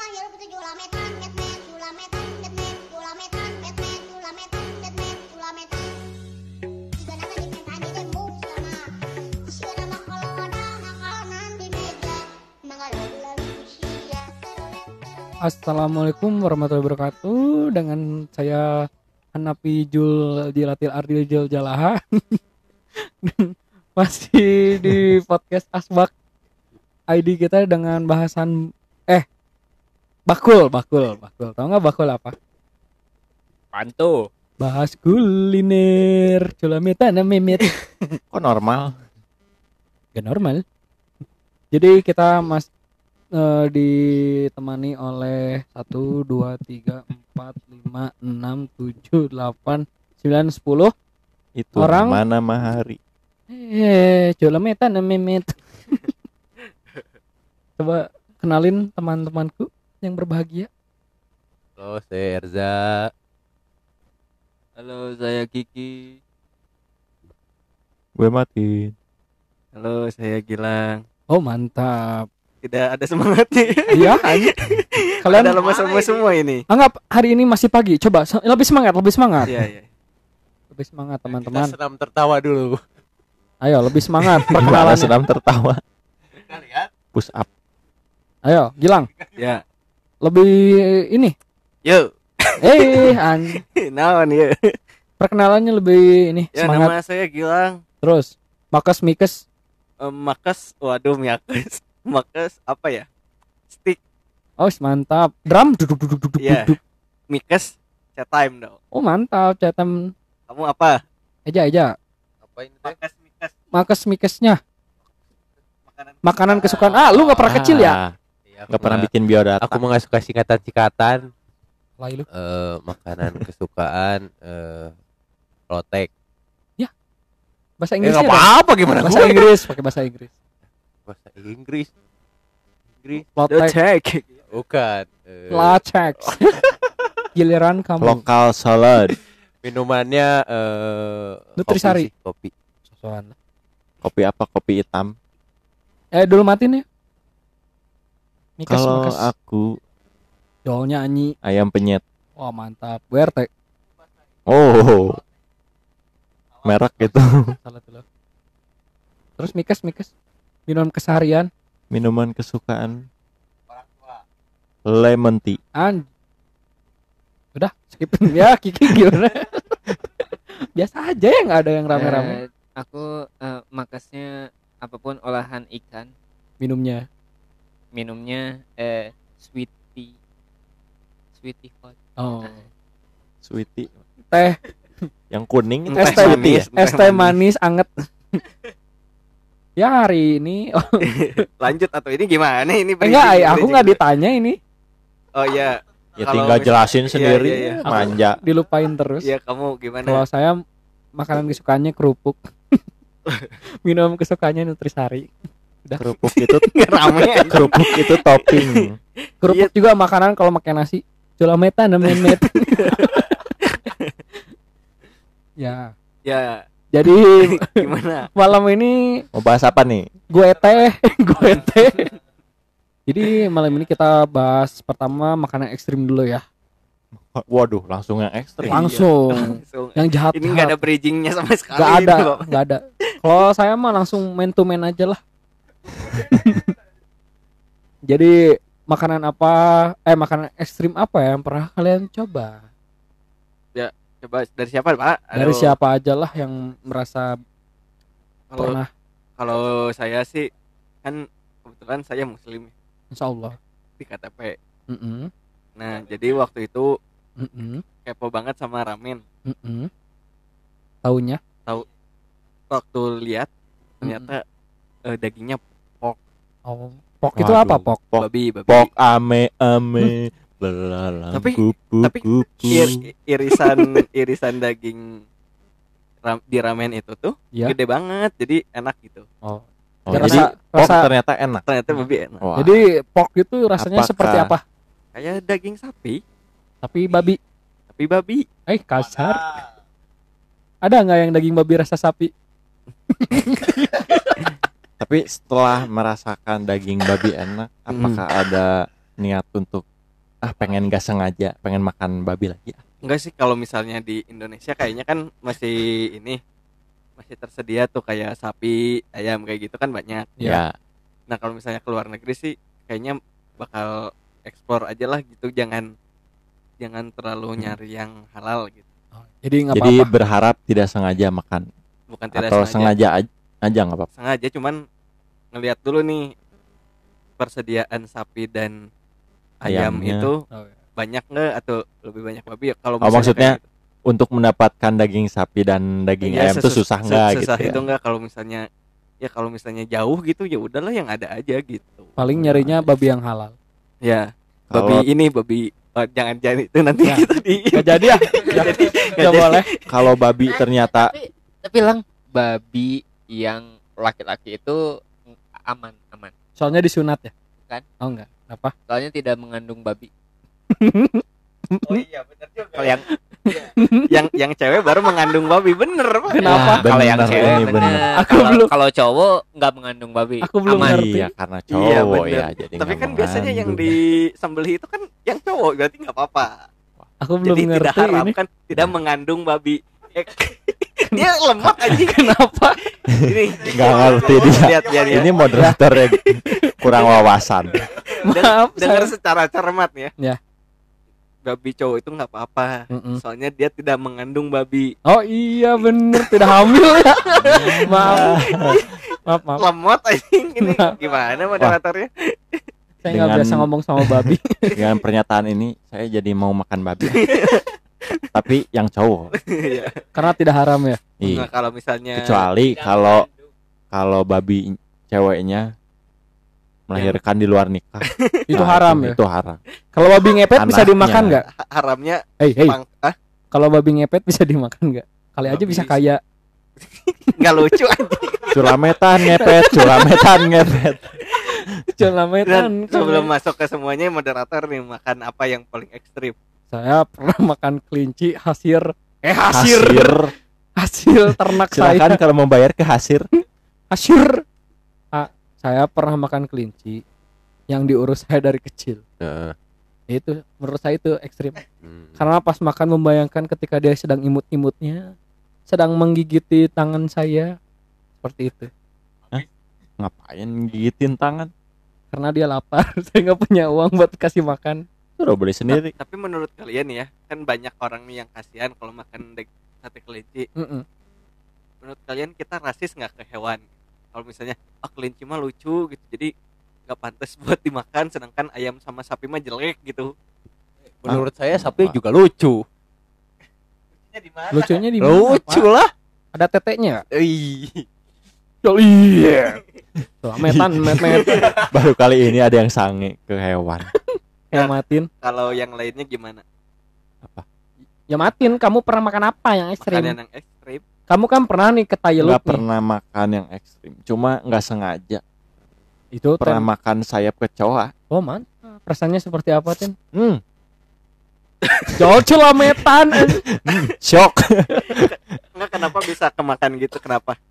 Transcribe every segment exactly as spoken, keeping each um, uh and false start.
Assalamualaikum warahmatullahi wabarakatuh. Dengan saya Hanafi Jul Jilatil Ardil Jul Jalaha. Masih di podcast Asbak I D kita dengan bahasan eh bakul, bakul, bakul. Tahu nggak bakul apa? Pantu. Bahas kuliner. Culamita namimit. Kok normal? Gak normal. Jadi kita mas Uh, ditemani oleh satu, dua, tiga, empat, lima, enam, tujuh, delapan, sembilan, sepuluh Itu orang. Mana Mahari? Eh, Jolameta namimit. Coba kenalin teman-temanku yang berbahagia. Halo, saya Erza. Halo, saya Kiki. Gue mati. Halo, saya Gilang. Oh, mantap. Tidak ada semangatnya. Iya, kalian ada lemas-lemas semua ini. Anggap hari ini masih pagi. Coba lebih semangat, lebih semangat. Iya, iya. Lebih semangat teman-teman. Kita senam tertawa dulu. Ayo, lebih semangat Gimana perkenalannya. senam tertawa? Push up. Ayo, Gilang. Ya. Lebih ini. Yo. Eh, an. Naon ya? Perkenalannya lebih ini Ya, semangat. nama saya Gilang. Terus, Makes Mikes. Um, Makes, waduh, Makes. Makes apa ya? Stick. Oh, mantap. Drum duduk duduk duduk Iya. duduk. Mikes, chat time dong. Oh, mantap. Cetem Kamu apa? aja aja. Apa ini? Makes, Mikes. Makes Mikesnya. Makanan. Makanan kesukaan. Ah, lu enggak pernah kecil ya? Iya, Gak pernah bikin biodata. Aku mah gak suka singkatan-singkatan. Lah lu. Eh, makanan kesukaan eh lotek. Bahasa Eh Inggris. gak apa-apa gimana Bahasa gue? Inggris, pakai bahasa Inggris. Bahasa Inggris. Inggris. Lotek, Cek. Bukan. Eh, latex. Giliran kamu. Lokal salad. minumannya eh Nutrisari. Kopi. sih, kopi. Sosokan. Kopi apa? Kopi hitam. Eh, dulu matiin ya. Mikes Kalau Mikes. aku Jolnya Anyi. ayam penyet. Wah, mantap. W R T. Oh. Merek itu. Salah tuh. Terus Mikes Mikes. Minum keseharian. Minuman kesukaan. Lemon tea. An. Udah, skip. Ya, Kiki gimana? Biasa aja ya, nggak ada yang rame-rame. Eh, aku eh, makasnya apapun olahan ikan, Minumnya. minumnya eh sweet tea, sweet tea hot. Oh. Sweetie. Teh, Yang kuning itu es Teh teh sweetie ya? manis. es teh manis anget. Ya hari ini, oh, Lanjut atau ini gimana? Ini enggak, bridging- aku bridging nggak dulu. ditanya ini, Oh iya. Ya Kalau tinggal mis- jelasin iya, sendiri. iya, iya. Manja. dilupain terus. Iya, kamu gimana? Kalau saya makanan kesukaannya kerupuk, minum kesukaannya Nutrisari. Kerupuk itu Rame. kerupuk itu topping. Kerupuk juga makanan kalau makan nasi. Jolameta nemen met. Ya, Ya, jadi gimana? malam ini Mau bahas apa nih? gue teh, gue teh. Jadi malam ini kita bahas pertama makanan ekstrim dulu ya. Waduh, langsung yang ekstrim. Langsung. Langsung. Yang jahat. Ini nggak ada bridgingnya sama sekali. Gak ada, ini, Bapak. gak ada. Kalau saya mah langsung man to man aja lah. Jadi makanan apa? Eh makanan ekstrim apa ya yang pernah kalian coba? Coba dari siapa, Pak? Dari Aduh, siapa aja lah yang merasa Kalau pernah? kalau saya sih kan kebetulan saya muslim ya, Insya Allah. di K T P. Mm-mm, Nah, jadi waktu itu mm-mm, kepo banget sama ramen. mm-mm. Taunya? Waktu lihat ternyata eh, dagingnya Oh, pok itu Waduh, apa pok? Pok, babi, babi. pok ame ame. Belalang Tapi- kupu tapi kupu. Ir- irisan irisan daging ram- di ramen itu tuh Ya. gede banget, jadi enak gitu. Oh. Oh, Ya, jadi rasa- pok rasa- ternyata enak. Ternyata babi enak. Wah. Jadi pok itu rasanya Apakah- seperti apa? Kayak daging sapi, Tapi babi. tapi babi. Eh kasar. Ada nggak yang daging babi rasa sapi? Tapi setelah merasakan daging babi enak, apakah ada niat untuk ah pengen gak sengaja pengen makan babi lagi. Enggak sih, kalau misalnya di Indonesia kayaknya kan masih ini masih tersedia tuh kayak sapi, ayam kayak gitu kan banyak. Ya, Nah, kalau misalnya ke luar negeri sih kayaknya bakal eksplor aja lah gitu, jangan jangan terlalu nyari yang halal gitu. Oh, jadi nggak jadi apa-apa. berharap tidak sengaja makan Bukan tidak atau sengaja. sengaja aj- aja nggak apa-apa. Sengaja cuman ngelihat dulu nih persediaan sapi dan ayam Ayamnya. itu Oh, iya. banyak nggak atau lebih banyak babi ya, kalau Oh, misalnya maksudnya kayak gitu. Untuk mendapatkan daging sapi dan daging Iya, ayam itu sesus- susah nggak gitu susah ya? itu nggak, kalau misalnya ya kalau misalnya jauh gitu ya udahlah yang ada aja gitu. Paling nyarinya babi yang halal. Ya, Kalau- babi ini babi oh, jangan jangan itu nanti Ya. kita di Gak jadi ya? Nggak jadi, nggak Gak jadi. boleh. Kalau babi ternyata tapi tapi lang babi yang laki-laki itu aman aman Soalnya disunat ya? Bukan. Oh enggak. Apa? soalnya tidak mengandung babi. Oh iya benar juga. Kalau yang yang yang cewek baru mengandung babi, bener Pak. Kenapa? Nah, kalau yang Bener, cewek ini bener. bener. Aku Kalau belum- kalau cowok nggak mengandung babi. Aku belum aman. ngerti. iya karena Iya cowok bener. ya jadi Tapi nggak kan biasanya yang mengandung. disembelih itu kan yang cowok, berarti nggak apa-apa. Aku belum Jadi tidak ngerti haram ini. kan, tidak mengandung babi. Eh, dia lemot aja. Kenapa? Ini Nggak ngerti dia. Lihat ya, dia. Ini moderator yang kurang wawasan. Maaf. Dengar saya- secara cermat ya. Ya. Babi cowok itu nggak apa-apa. Mm-mm. Soalnya dia tidak mengandung babi. Oh iya bener, tidak hamil ya. Maaf. Maaf, maaf. Lemot aja ini. Maaf. Gimana moderatornya? Saya nggak Dengan- biasa ngomong sama babi. Dengan pernyataan ini saya jadi mau makan babi. Tapi yang cowok. Iya. Karena tidak haram ya. Iya. Nah, kalau misalnya Kecuali kalau kalau babi ceweknya melahirkan di luar nikah. Itu Nah, haram itu, ya. Itu haram. Kalau babi ngepet bisa Anaknya. dimakan nggak? ha- haramnya Hei, hei. pang, ah, Kalau babi ngepet bisa dimakan nggak? Kali aja Babi bisa bisa. kaya. nggak lucu aja. Curametan ngepet, curametan ngepet. Celametan. Dan sebelum masuk ke semuanya, moderator nih makan apa yang paling ekstrim? Saya pernah makan kelinci hasil eh hasil Hasir. hasil ternak Silakan saya. kalau mau bayar ke hasir. Hasil. Ah, saya pernah makan kelinci yang diurus saya dari kecil. Heeh. Itu menurut saya itu ekstrim. Hmm. Karena pas makan membayangkan ketika dia sedang imut-imutnya, sedang menggigiti tangan saya seperti itu. Ngapain gigitin tangan? Karena dia lapar, saya nggak punya uang buat kasih makan. Sudah beli sendiri. Tapi menurut kalian ya, kan banyak orang nih yang kasihan kalau makan deg- sate kelinci. Mm-mm. Menurut kalian kita rasis nggak ke hewan? Kalau misalnya, ah kelinci mah lucu gitu, jadi nggak pantas buat dimakan, sedangkan ayam sama sapi mah jelek gitu. Menurut saya sapi juga lucu. Lucunya di mana? Lucunya di mana? Lucu Pak? lah. Ada teteknya nggak? Ih. Oh, iya. Tuh, metan, met, met. Baru kali ini ada yang sange ke hewan. Ya matin. Kalau yang lainnya gimana? Ya matin, kamu pernah makan apa yang ekstrim? Makanan yang ekstrim? Kamu kan pernah nih ke Thailand Nggak nih. pernah makan yang ekstrim. Cuma nggak sengaja. Itu Pernah tem- makan sayap kecoa. Oh, mantap. Rasanya seperti apa, Tin? Hmm, Jauh celametan. shock. Enggak, kenapa bisa kemakan gitu? Kenapa?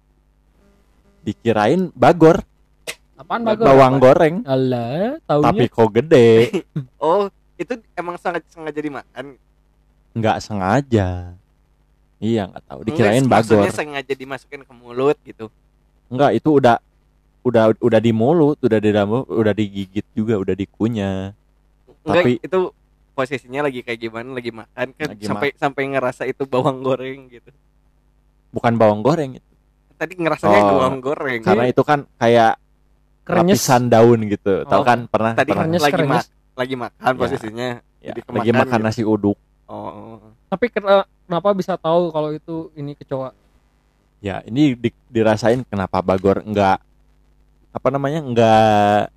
Dikirain bagor, Apaan bagor? bawang goreng. Alah, Tapi taunya kok gede. Oh, itu emang sangat sengaja dimakan. Nggak sengaja. Iya nggak tahu. Enggak, Dikirain bagor. maksudnya sengaja dimasukin ke mulut gitu. Enggak, itu udah udah udah di mulut, udah di dalam, udah digigit juga, udah dikunyah. Enggak, Tapi- itu posisinya lagi kayak gimana, lagi makan kan, Lagi sampai sampai ngerasa itu bawang goreng gitu. Bukan bawang goreng itu. Tadi ngerasanya Oh, bawang goreng. Karena itu kan kayak krenyes. lapisan daun gitu. Tahu Oh, kan? Pernah? Tadi pernah. Krenyes, lagi krenyes. mak lagi makan Ya. posisinya. Ya, jadi lagi kemakan makan gitu. nasi uduk. Oh, oh. Tapi ken- kenapa bisa tahu kalau itu ini kecoa? Ya, ini di- dirasain kenapa bagor enggak apa namanya? Enggak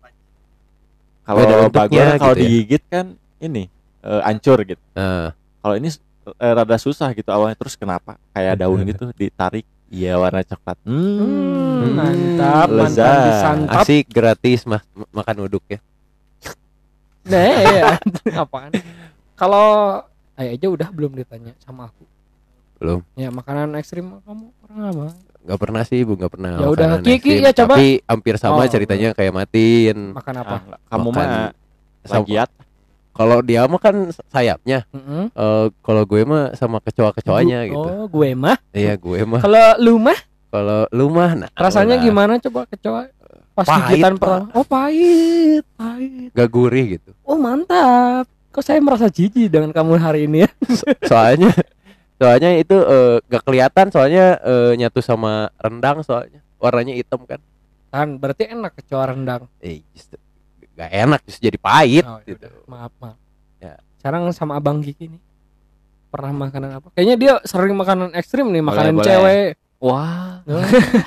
kalau Beda bentuknya bagor kalau gitu ya? digigit kan ini eh, hancur gitu. Nah, Kalau ini eh, rada susah gitu awalnya, terus kenapa kayak daun gitu ditarik, iya warna coklat. Hmm, Hmm, mantap, mantan lezat. disantap. asik gratis mah m- makan uduk ya. Nah, iya. Apaan? Kalau ayah aja udah belum ditanya sama aku. Belum. Ya, makanan ekstrim kamu pernah apa? Gak pernah sih, Bu, gak pernah. Ya udah, makanan Kiki, ekstrim. ya coba. Tapi hampir sama Oh. ceritanya kayak Matin. Makan apa? Ah, kamu Makan mah sama- plagiat. kalau dia mah kan sayapnya. Mm-mm. Eh, kalau gue mah sama kecoa-kecoanya Gu- gitu. Oh, gue mah. Iya, gue mah. Kalau lu mah Kalau lu mah nah, rasanya udah gimana coba kecoa? Pas Pahit, gigitan Pak. pertama. Oh, pahit, pahit. gak gurih gitu. Oh, mantap. Kok saya merasa jijik dengan kamu hari ini ya? Soalnya soalnya itu eh, gak kelihatan soalnya eh, nyatu sama rendang soalnya. Warnanya hitam kan. Kan berarti enak kecoa rendang. Eh, justru gak enak justru jadi pahit Oh, gitu. yaudah. Maaf, maaf. Ya. Sekarang sama Abang Kiki nih. Pernah makanan apa? Kayaknya dia sering makanan ekstrim nih, Boleh, makanan boleh. cewek. Wah, Oh,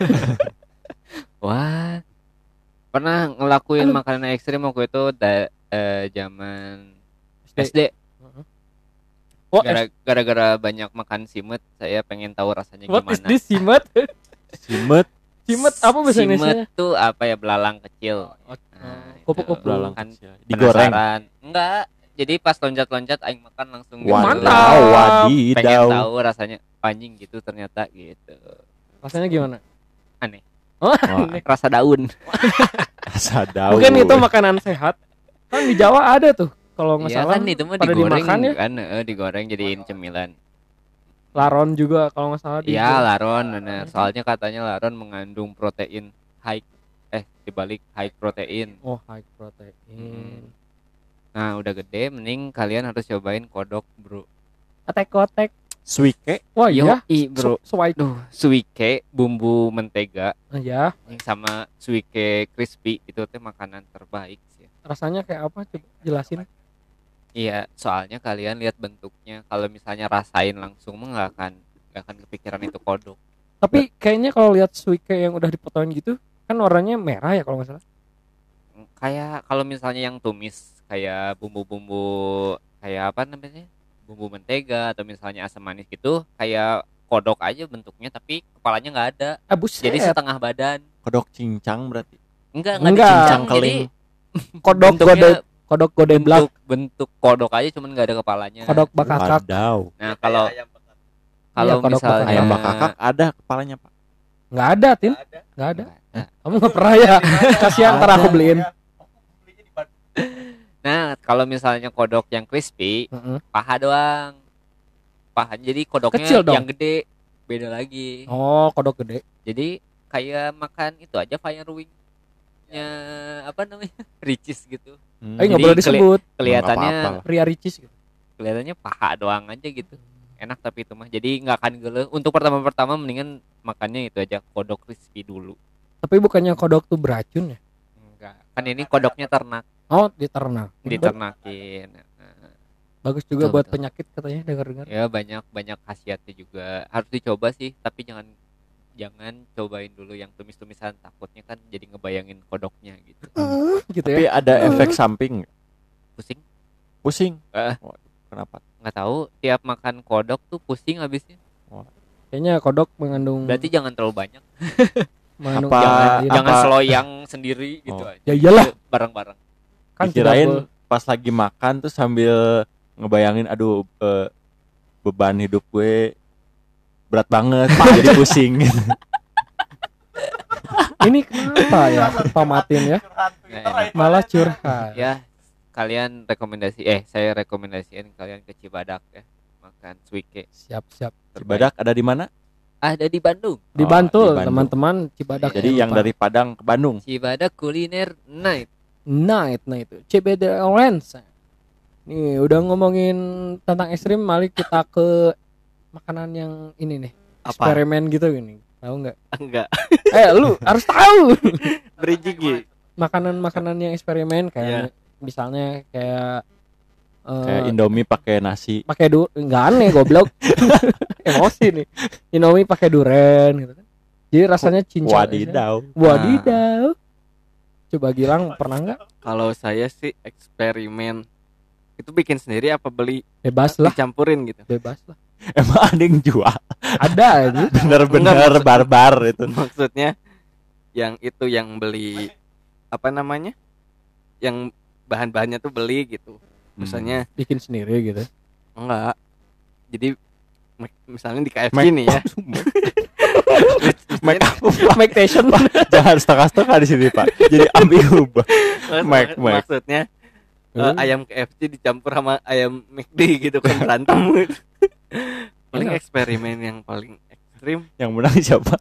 wah. Pernah ngelakuin Aduh. makanan ekstrim waktu itu da, eh, zaman S D. S D. Oh, Gara- Gara-gara banyak makan simet, saya pengen tahu rasanya what is gimana. this simet? Simet Simet apa bahasa Indonesia? Simet tuh apa ya, belalang kecil. Oh, Nah, kupu-kupu. itu belalang kan kecil. Digoreng. penasaran. Enggak. Jadi pas loncat-loncat aing makan langsung gitu. Mantap. Wadaw, Pengen wadidaw. tahu rasanya anjing gitu ternyata gitu. Rasanya gimana? Aneh. Oh, Wah. aneh. Rasa daun. Rasa daun. Mungkin itu makanan sehat. Kan di Jawa ada tuh. Kalau nggak Iya salah kan itu mah pada digoreng dimakan ya. kan, eh, digoreng jadiin cemilan. Laron juga kalau nggak salah. di- Iya, laron benar. Soalnya katanya laron mengandung protein high eh dibalik high protein. Oh, high protein. Hmm. Nah, udah gede mending kalian harus cobain kodok, Bro. Kotek-kotek. Suike. Wah iya. Yoi, Bro. So, so, Duh, suike bumbu mentega ya, yang sama suike crispy itu teh makanan terbaik sih. rasanya kayak apa? Coba jelasin. Iya, soalnya kalian lihat bentuknya. Kalau misalnya rasain langsung mah nggak akan nggak akan kepikiran itu kodok. Tapi kayaknya kalau lihat suike yang udah dipotongin gitu, kan warnanya merah ya kalau nggak salah. Kayak kalau misalnya yang tumis kayak bumbu-bumbu kayak apa namanya? Bumbu mentega atau misalnya asam manis gitu, kayak kodok aja bentuknya tapi kepalanya nggak ada. Ah, buset. Jadi setengah badan. Kodok cincang berarti. Enggak, enggak Enggak. dicincang, jadi Keling. kodok bentuknya gode kodok gode blak, bentuk bentuk kodok aja cuman nggak ada kepalanya. kodok bakakak. Wadaw. Nah, kalau kalau Iya, kodok misalnya bakar. Ayam bakakak ada kepalanya, Pak. Nggak ada, Tin. Nggak ada. Nah, Kamu nggak pernah ya? Kasihan ntar aku beliin. Nah, kalau misalnya kodok yang crispy, Heeh. paha doang. Paha. Jadi kodoknya Kecil dong. yang gede beda lagi. Oh, kodok gede. Jadi kayak makan itu aja firewing-nya apa namanya? Ricis gitu. Hmm. Eh, nggak Jadi boleh disebut. Kelihatannya apa-apa. Ria Ricis gitu. kelihatannya paha doang aja gitu. Enak tapi itu mah. Jadi nggak akan gele. Untuk pertama-pertama mendingan makannya itu aja kodok crispy dulu. Tapi bukannya kodok tuh beracun ya? Enggak. Kan ini kodoknya ternak, Oh, diternak. diternakin. Nah, Bagus juga Betul, buat betul. penyakit katanya dengar-dengar. ya banyak banyak khasiatnya juga. Harus dicoba sih, tapi jangan jangan cobain dulu yang tumis-tumisan, takutnya kan jadi ngebayangin kodoknya gitu. Gitu Tapi ya. ada efek samping. Pusing? Pusing. Eh. Waduh, kenapa? Nggak tahu, tiap makan kodok tuh pusing habisnya. Kayaknya kodok mengandung Berarti jangan terlalu banyak. mengandung Apa- jangan iya. jangan apa- seloyang sendiri gitu Oh. aja. Ya iyalah, Bareng-bareng. kan tidak Dikirain boleh. pas lagi makan tuh sambil ngebayangin aduh eh, beban hidup gue berat banget jadi pusing. Ini kenapa ya Pak Matin ya? Nggak enak. Malah curhat. Ya, kalian rekomendasi eh saya rekomendasiin kalian ke Cibadak ya, makan suike. Siap-siap. Cibadak ada di mana? Ada di Bandung. Di Oh, Bantul, di Bandung. teman-teman Cibadak. Jadi yang dari Padang ke Bandung. Cibadak Kuliner Night. Night, nah itu C B D Orange. Nih udah ngomongin tentang ekstrim, mari kita ke makanan yang ini nih, Apa? eksperimen gitu gini. Tahu nggak? Enggak. Eh lu harus tahu. Berijigi. Makanan-makanan yang eksperimen kayak Iya. misalnya kayak eh, Kayak Indomie pakai nasi. pakai du nggak aneh goblok. Emosi nih. Indomie pakai duren gitu kan. Jadi rasanya cincau. Wadidaw. Wadidaw. Coba Gilang pernah nggak? Kalau saya sih eksperimen itu bikin sendiri apa beli Bebas lah, dicampurin gitu. bebas lah. Emang ada yang jual. Ada aja. Bener-bener Enggak, maksud- barbar itu. Maksudnya yang itu yang beli apa namanya? Yang bahan-bahannya tuh beli gitu. Misalnya Bikin sendiri gitu. enggak. Jadi mek- misalnya di K F C Make- nih ya. Make up. Make station. Jangan setengah-setengah di sini, Pak. Jadi ambigu. Mac, Mac. Maksudnya Eh, ayam K F C dicampur sama ayam McD gitu kan berantem. Paling Enak. eksperimen yang paling ekstrim Yang menang siapa?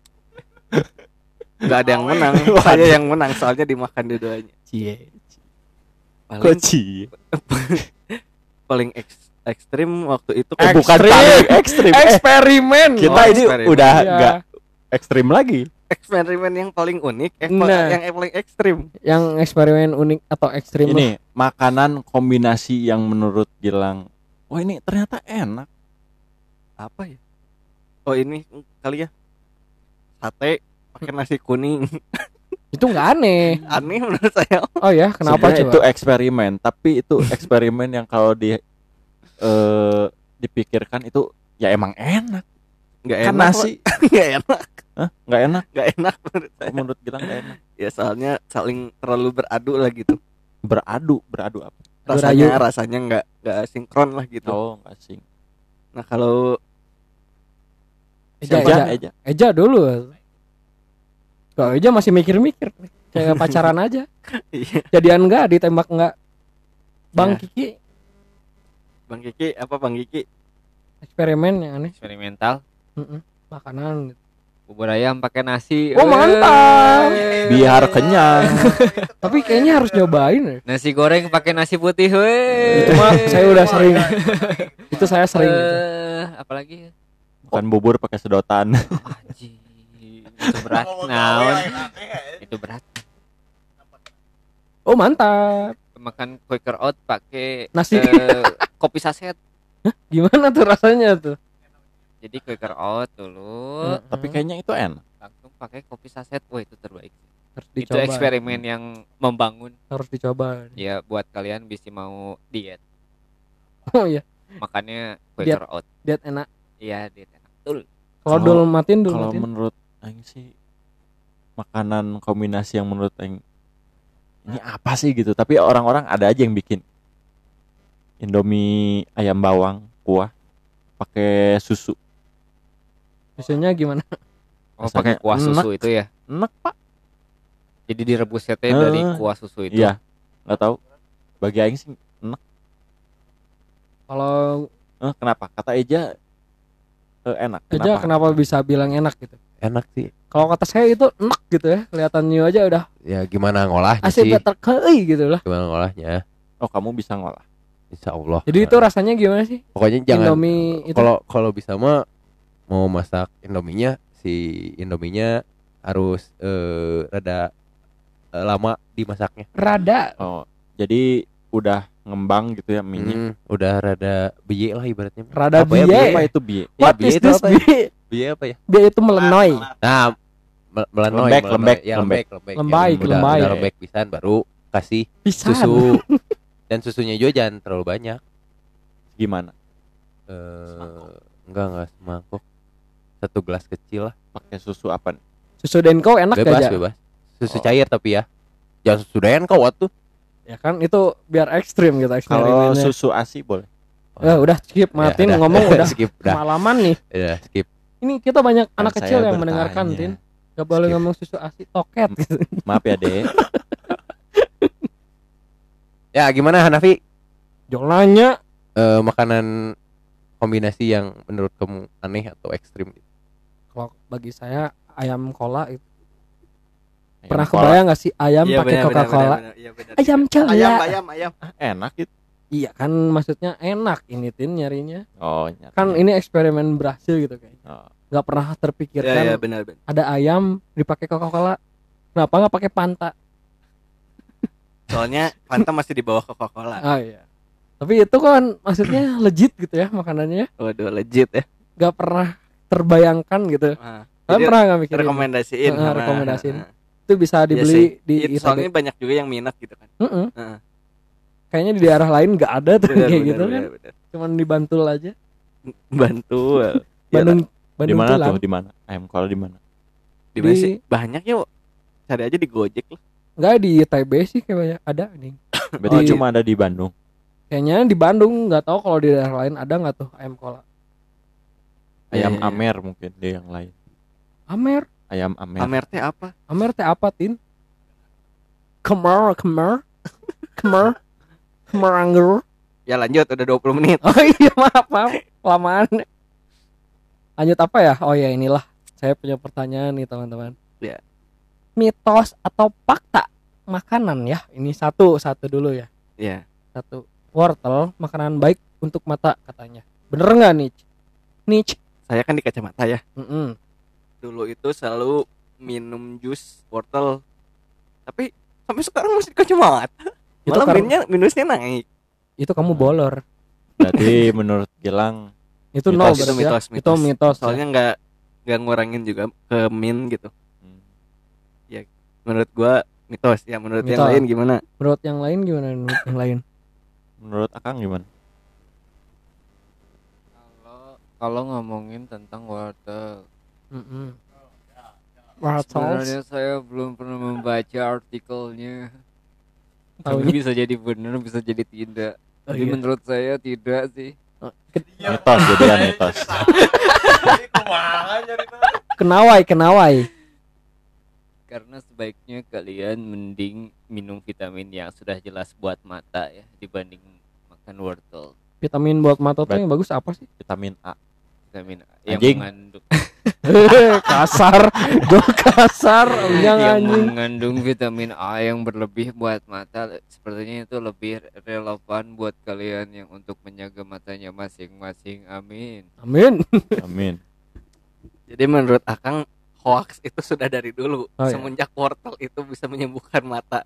nggak ada yang menang, saya yang menang soalnya dimakan dua-duanya. Cie. Paling Koci. paling eks- ekstrim waktu itu Eh, bukan Ekstrim. paling ekstrim. Eh, eksperimen. kita Oh, ini eksperimen. udah Iya. enggak ekstrim lagi. eksperimen yang paling unik, eh, Nah. yang paling ekstrim. Yang eksperimen unik atau ekstrim Ini makanan kombinasi yang menurut Gilang, oh ini ternyata enak. Apa ya? Oh ini kali ya sate pakai nasi kuning. itu nggak aneh. Aneh menurut saya. Oh ya, kenapa Sebenarnya coba? itu eksperimen, tapi itu eksperimen yang kalau di eh, dipikirkan itu ya emang enak. Nggak Kan enak. nasi, Nggak enak. Hah? Nggak enak. Nggak enak menurut saya. Menurut Gilang nggak enak. Ya soalnya saling terlalu beradu lah gitu. Beradu, beradu apa? Rasanya Berayu. rasanya nggak nggak sinkron lah gitu. Oh, nggak sing. Nah kalau Eja, Eja, Eja, Eja. Eja dulu. Kalau Eja masih mikir-mikir, kayak pacaran aja. iya, Jadian enggak, ditembak enggak. Bang Ya. Kiki Bang Kiki apa Bang Kiki? eksperimen yang aneh. Eksperimental. Mm-mm. Makanan. Bubur ayam pakai nasi. Oh, mantap. Weh. Biar kenyang. Tapi kayaknya harus nyobain ya. Nasi goreng pakai nasi putih. Weh. Itu mah saya udah sering. Itu saya sering. itu. Eh, apalagi? Bukan bubur pakai sedotan. Anjing. Itu berat. Naon? Itu berat. Oh mantap. Makan Quaker Oat pakai Nasi. eh, kopi saset. Gimana tuh rasanya tuh? Jadi Quaker Oat dulu, Tapi kayaknya itu enak. langsung pakai kopi saset. Wah, itu terbaik. Harus Itu dicoba. eksperimen yang membangun. Harus dicoba. Ya buat kalian bisa mau diet. Oh iya, Makannya Quaker Oat. diet enak. Iya, diet enak. Betul. Kalau Kalau- dul matin dul Kalau matin. menurut Aing sih makanan kombinasi yang menurut Aing ini apa sih gitu. Tapi orang-orang ada aja yang bikin Indomie ayam bawang kuah pakai susu. Biasanya gimana? Oh, Rasanya pakai kuah enak. susu itu ya. Enak pak. Jadi direbusnya teh Eh, dari kuah susu itu. Iya. Nggak tahu. Bagi Aing sih enak. Kalau Eh, kenapa? Kata Eja eh, enak. aja kenapa bisa bilang enak gitu? Enak sih. Kalau kata saya itu enak gitu ya, kelihatan new aja udah Ya gimana ngolahnya asik sih? better kei gitu lah. Gimana ngolahnya? Oh kamu bisa ngolah. Insya Allah. Jadi itu rasanya gimana sih? Pokoknya jangan. Indomie itu. Kalau kalau bisa mah mau masak Indominya, si Indominya harus eh, rada eh, lama dimasaknya. Rada Oh jadi udah ngembang gitu ya minyak. Hmm, udah rada biye lah ibaratnya. Rada Apa ya, biye. Apa itu bie? Ya, What biye is itu this apa ya? biye? Biye apa ya? Biye itu melenoy. Nah, mel- melenoy, Lembek, melenoy. lembek, ya, lembek. lembek, lembek. Lembek, Ya, udah, lembek. udah lembek pisan baru kasih Pisan. susu. Dan susunya juga jangan terlalu banyak. Gimana? Eh, enggak enggak semangkuk. Satu gelas kecil lah. Pakai susu apa nih? Susu Denko enak gak Bebas, aja? bebas. Susu Oh. cair tapi ya. Jangan susu kau waktu. Ya kan itu biar ekstrim gitu Kalau eksperimennya. susu ASI boleh. Eh, udah skip matiin Ya, udah. ngomong udah skip dah. malaman nih. Ya, skip. Ini kita banyak anak Kan kecil saya yang mendengarkan, bertanya. Tin. Gak boleh Skip. ngomong susu asi toket gitu. Maaf ya deh. Ya, gimana Hanafi? Jangan nanya. Eh, makanan kombinasi yang menurut kamu aneh atau ekstrim? Kalau bagi saya ayam kola itu. Ayam Pernah kolak. kebayang gak sih ayam Iya, pakai benar, benar, Coca-Cola? benar, benar. Iya, benar. Ayam cola. ayam ayam ayam. Ah, enak gitu. Iya kan maksudnya enak ini Tin nyarinya. Oh, nyatanya. Kan ini eksperimen berhasil gitu kayaknya. Oh. Gak pernah Iya terpikirkan iya benar benar. ada ayam dipakai Coca-Cola. Kenapa nggak pakai Fanta? Soalnya Fanta masih di bawah Coca-Cola. Ah iya. Tapi itu kan maksudnya legit gitu ya makanannya. Waduh legit ya. Gak pernah terbayangkan gitu. Nah, Kalian jadi pernah nggak mikirin? rekomendasiin Heeh, sama- rekomendasiin. Heeh. Itu bisa Iya dibeli sih. di Iya, I T B. soalnya banyak juga yang minat gitu kan. Heeh. Heeh. Kayaknya di daerah lain nggak ada tuh Benar, kayak benar, gitu kan. benar, benar. Cuman di Bantul aja. Bantu. Iya, Bandung Di Bandung mana Tulang. tuh? Di mana? Ayam kolak di mana? Di mana Di- sih? Banyak ya. Wo. Cari aja di Gojek lah. Enggak di I T B sih kayaknya ada nih. Berarti Di- cuma ada di Bandung. Kayaknya di Bandung nggak tahu kalau di daerah lain ada nggak tuh ayam kola. Ayam Iya, iya. Amer mungkin di yang lain. Amer, Ayam Amer. Amer teh apa? Amer teh apa Tin? Kemer, kemer, kemer. Meranggur. Ya lanjut, udah dua puluh menit. Oh iya, maaf, maaf. Lamaan. Lanjut apa ya? Oh ya, inilah. Saya punya pertanyaan nih, teman-teman. Ya. Mitos atau fakta makanan ya? Ini satu, satu dulu ya. Ya. Satu. Wortel makanan baik untuk mata katanya. Bener nggak nih? Nih. Saya kan di kacamata ya. Mm-mm. Dulu itu selalu minum jus wortel. Tapi sampai sekarang masih di kacamata. Itu Malah karena- minusnya, minusnya naik. Itu kamu bolor. Berarti menurut Gilang Itu Mitos. no Itu berarti ya. mitos, Itu mitos. mitos. ya. Soalnya nggak nggak ngurangin juga ke min gitu. hmm, Menurut gua mitos ya. Menurut yang Mitos. lain gimana? Menurut yang lain gimana? Menurut yang lain. menurut Akang gimana? Kalau kalau ngomongin tentang wortel, Mm-mm. Wortels. sebenarnya saya belum pernah membaca artikelnya. Tapi Taunya- bisa jadi benar, bisa jadi tidak. Oh, Tapi iya. menurut saya tidak sih. Mitos jadian mitos. Kenawai, kenawai. Karena sebaiknya kalian mending minum vitamin yang sudah jelas buat mata ya dibanding makan wortel. Vitamin buat mata tuh Bet- yang bagus apa sih? Vitamin A. Vitamin A yang Anjing. mengandung Kasar, gue kasar, yang yang anjing. mengandung vitamin A yang berlebih buat mata, sepertinya itu lebih relevan buat kalian yang untuk menjaga matanya masing-masing. Amin. Amin. Amin. Jadi menurut Akang hoax itu sudah dari dulu. Oh, iya. Semenjak wortel itu bisa menyembuhkan mata.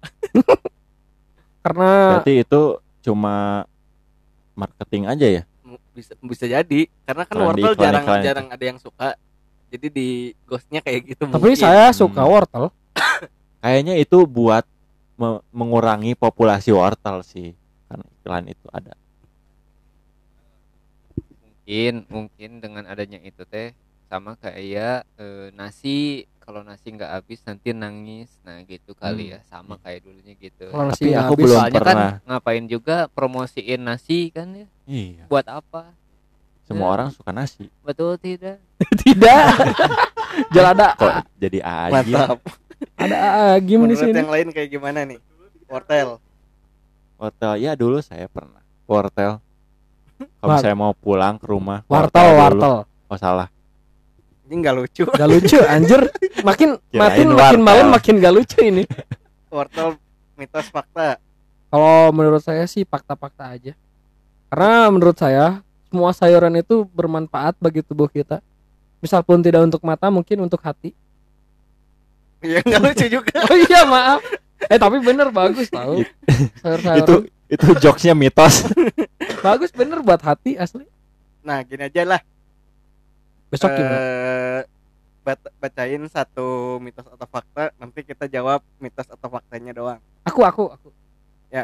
Karena Berarti itu cuma marketing aja ya? M- Bisa bisa jadi karena kan Iklan di wortel iklan- jarang iklan itu. jarang ada yang suka. Jadi di ghostnya kayak gitu. tapi mungkin. saya suka Hmm. wortel. Kayaknya itu buat me- mengurangi populasi wortel sih. Karena iklan itu ada. Mungkin mungkin dengan adanya itu teh sama kayak eh, nasi, kalau nasi nggak habis nanti nangis, nah gitu kali Hmm. ya, sama kayak dulunya gitu. Kalau nasi Tapi nggak aku habis, belum Soalnya pernah. kan ngapain juga promosiin nasi kan ya, Iya. buat apa? Semua Ya. orang suka nasi. Betul tidak? tidak. Jalan ada Kok jadi aja? Mantap. ada agim di Menurut sini. yang lain kayak gimana nih? Wortel. Wortel ya dulu saya pernah. Wortel. Kalau War- saya mau pulang ke rumah. Wartel, dulu. wartel. Oh salah. Ini nggak lucu. Gak lucu anjir. Makin Kirain makin makin wartel. malam makin gak lucu ini. Wortel mitos fakta. Kalau menurut saya sih fakta-fakta aja. Karena menurut saya semua sayuran itu bermanfaat bagi tubuh kita. Misal pun tidak untuk mata, mungkin untuk hati. Iya nggak lucu juga. Oh iya maaf. Eh tapi bener bagus tahu. Sayur-sayuran Itu itu jokesnya mitos. bagus bener buat hati asli. Nah gini aja lah. Besok gimana? Eh, bat- bacain satu mitos atau fakta. Nanti kita jawab mitos atau faktanya doang. Aku aku aku. Ya.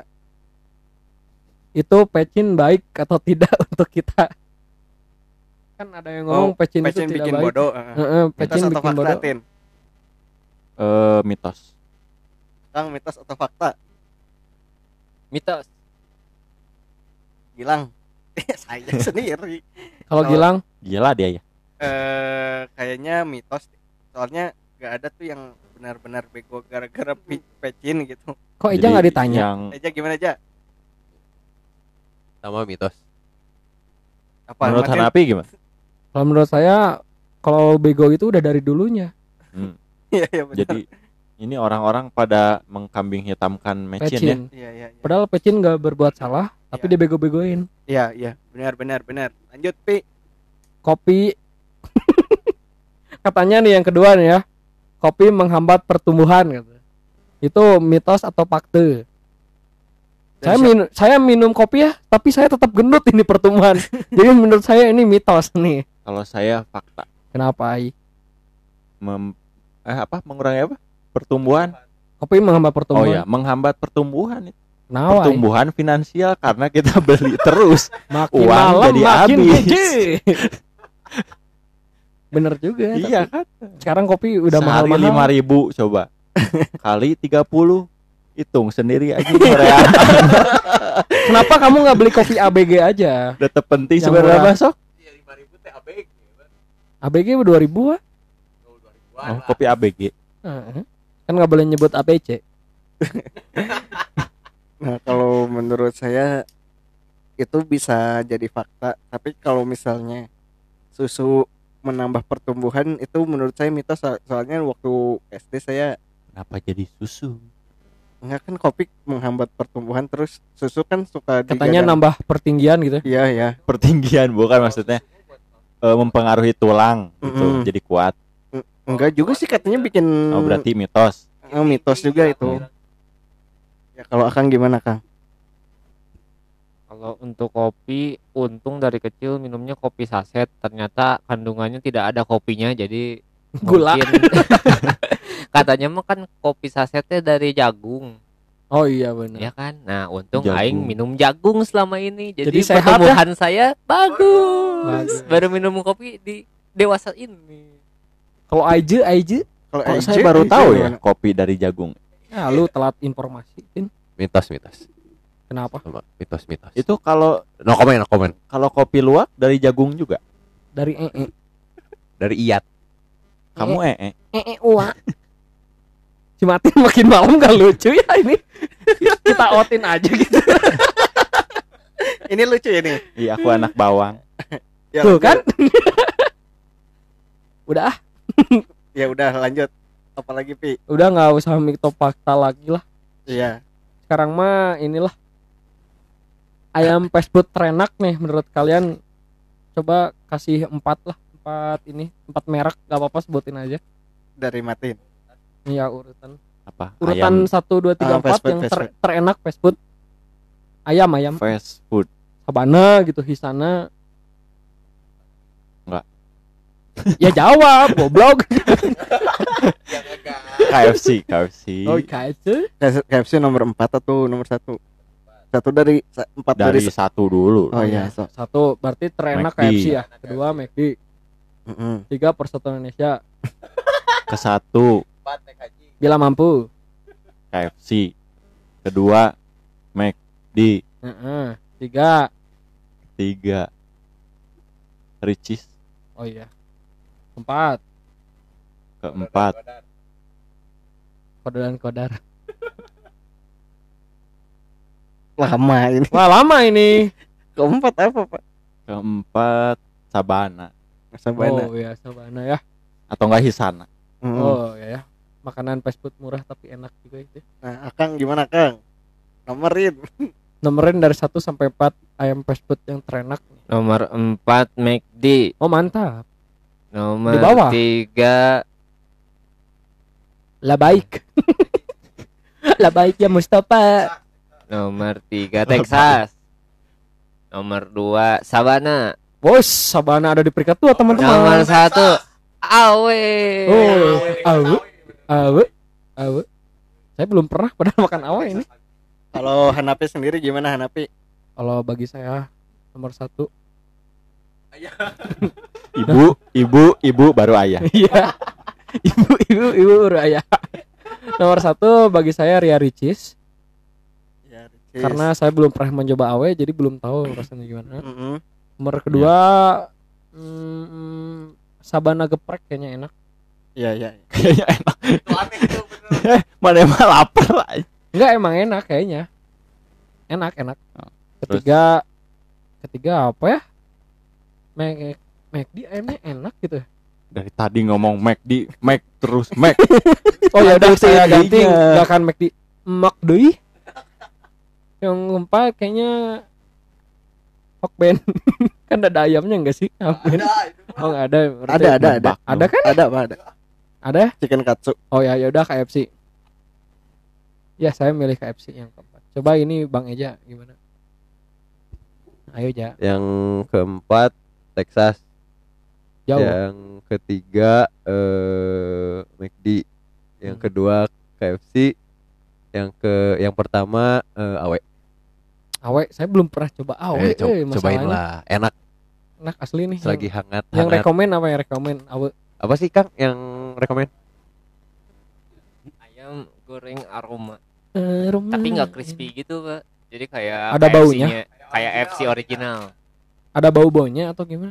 Itu pecin baik atau tidak untuk kita? Kan ada yang ngomong Oh, pecin, Pecin itu tidak bikin baik. bodoh. Heeh, Mitos pecin atau bikin fakta, bodoh. Tin? Eh mitos. Kang, mitos atau fakta? Mitos. Gilang. Saya sendiri. Kalau Kalau- Gilang, Gila dia ya. Eh kayaknya mitos. Soalnya nggak ada tuh yang benar-benar bego gara-gara pi- pecin gitu. kok Eja Jadi nggak ditanya? Yang Aja gimana aja? Sama mitos. Apa? menurut Makin- Hanapi gimana? Kalau menurut saya, kalau bego itu udah dari dulunya. Hmm. Iya, iya benar. Jadi ini orang-orang pada mengkambing hitamkan mecin ya. Pecin. Iya, iya, iya. Padahal pecin nggak berbuat salah, tapi Iya. dia bego-begoin. Iya, iya, benar benar benar. Lanjut, Pi. Kopi. Katanya nih yang kedua nih ya, kopi menghambat pertumbuhan gitu. Itu mitos atau fakta? Dan Saya siap- minum saya minum kopi ya, tapi saya tetap gendut ini pertumbuhan. Jadi menurut saya ini mitos nih. Kalau saya fakta Kenapa? Ai? mem eh apa mengurangi apa? Pertumbuhan. Kopi menghambat Oh pertumbuhan. ya, menghambat pertumbuhan. Kenapa? Ai? Pertumbuhan finansial karena kita beli terus. Makin Uang malam jadi makin habis. gede. Bener juga. Iya tapi kan? Sekarang kopi udah Sehari mahal-mahal. lima ribu coba. Kali tiga puluh, hitung sendiri aja Korea. Kenapa kamu nggak beli kopi A B G aja? Udah penting Yang sebenarnya murah. masuk. A B G dua ribu ah. Oh, kopi A B G. Heeh. Kan nggak boleh nyebut A B C. Nah, kalau menurut saya itu bisa jadi fakta, tapi kalau misalnya susu menambah pertumbuhan itu menurut saya mitos. So- soalnya waktu S D saya Kenapa jadi susu? enggak, kan kopi menghambat pertumbuhan, terus susu kan suka Katanya digadang. nambah pertinggian gitu. Iya ya. Pertinggian bukan maksudnya eh, mempengaruhi tulang gitu, Mm-mm. jadi kuat. Enggak juga sih, katanya bikin Oh berarti mitos. eh, mitos juga itu. Ya kalau Akang gimana, Kang? Kalau untuk kopi, untung dari kecil minumnya kopi saset. Ternyata kandungannya tidak ada kopinya, jadi Gula. mungkin katanya mah kan kopi sasetnya dari jagung, Oh iya benar. ya kan? Nah, untung Jagung. aing minum jagung selama ini, jadi, Jadi sehat pertumbuhan saya bagus. Bagus. Baru minum kopi di dewasa ini. Kalau aja aja, Kalau Kok A J, saya baru A J tahu ya gimana? kopi dari jagung. ya lu telat informasi. Tin. Mitos mitos. Kenapa? Sama mitos mitos. Itu kalau no comment no comment. kalau kopi luwak dari jagung juga. Dari ee. Dari Iyat. Kamu ee. Ee uwa. Si Matin makin malam gak lucu ya ini. Kita outin aja gitu. Ini lucu ya nih. Iya aku anak bawang. Ya, Tuh lanjut. kan? Udah ah, Ya udah lanjut. Apalagi Pi? udah nggak usah mito fakta lagi lah. Iya. Sekarang mah inilah ayam fast food terenak nih menurut kalian. Coba kasih empat lah, empat ini, empat merek, gak apa-apa sebutin aja. Dari Matin. Iya urutan, Apa? urutan Ayam satu dua tiga Ah, fast empat food, yang fast ter- food. terenak fast food. Ayam ayam, fast food. Sabana gitu, Hisana. Enggak. Ya jawab, goblok. K F C, K F C. Oh gitu. K F C nomor empat atau nomor satu? Satu dari sa- empat Dari dari. satu dulu. Oh iya. So. Satu berarti terenak McD. K F C ya. Kedua McD. Mm-mm. Tiga Persatuan Indonesia. Ke satu Bila mampu. K F C. Kedua McD. Heeh. Tiga. Tiga Ricis. Oh iya. Empat. Keempat Kodar dan Kodar. Lama ini. Wah lama ini. Keempat apa Pak? keempat Sabana Sabana. Oh ya Sabana ya. atau enggak Hisana. Mm. Oh ya ya. Makanan fast food murah tapi enak juga itu. Nah, Akang gimana Kang? Nomorin. Nomorin dari satu sampai empat ayam fast food yang terenak. Nomor empat McD. Oh mantap. Nomor Di bawah. tiga Lah baik. Lah baik ya Mustafa. Nomor tiga Texas. Nomor dua Sabana. Bos, Sabana ada di peringkat dua Nomor teman-teman. satu Awe. Oh, awe, awe, awe. Saya belum pernah pada makan awe ini. Kalau Hanapi sendiri gimana Hanapi? Kalau bagi saya nomor satu. Ibu, ibu, ibu baru ayah. Iya. Ibu, ibu, ibu baru ayah. Nomor satu bagi saya Ria Ricis. Ya, Karena saya belum pernah mencoba awe, jadi belum tahu rasanya gimana. Mm-mm. Nomor kedua hmm, Sabana geprek kayaknya enak. Iya, iya. Kayaknya enak. Eh, mana emang lapar aja. Enggak emang enak kayaknya. Enak, enak. Oh, Ketiga ketiga apa ya? Mac McD ayamnya enak gitu. Dari tadi ngomong McD, Mac terus Mac. Oh ya udah Ada saya ganti tadinya. enggak akan McD. McD. Yang keempat kayaknya Hokben. Kan ada ayamnya enggak sih? Hokben. Oh enggak ada. berarti. Ada, ada, ada. Nebak Ada dong. kan? Ada, Pak, ada. Ada? Chicken katsu. Oh ya ya udah K F C. Ya saya milih K F C yang keempat. Coba ini Bang Eja gimana? Ayo Ja. Yang keempat Texas. Jauh. Yang ketiga eh McD. Yang Hmm. kedua K F C. Yang ke yang pertama eh, Awe. Awe, saya belum pernah coba awe. Eh, co- eh, cobain masalahnya. lah. Enak Enak asli nih. selagi Yang, hangat. yang hangat. rekomen apa yang rekomen? Awe. Apa sih Kang yang rekomen? Ayam goreng aroma. Aroma. Tapi nggak crispy gitu, Pak. Jadi kayak Ada K F C-nya, baunya? kayak F C original. Ada bau-baunya atau gimana?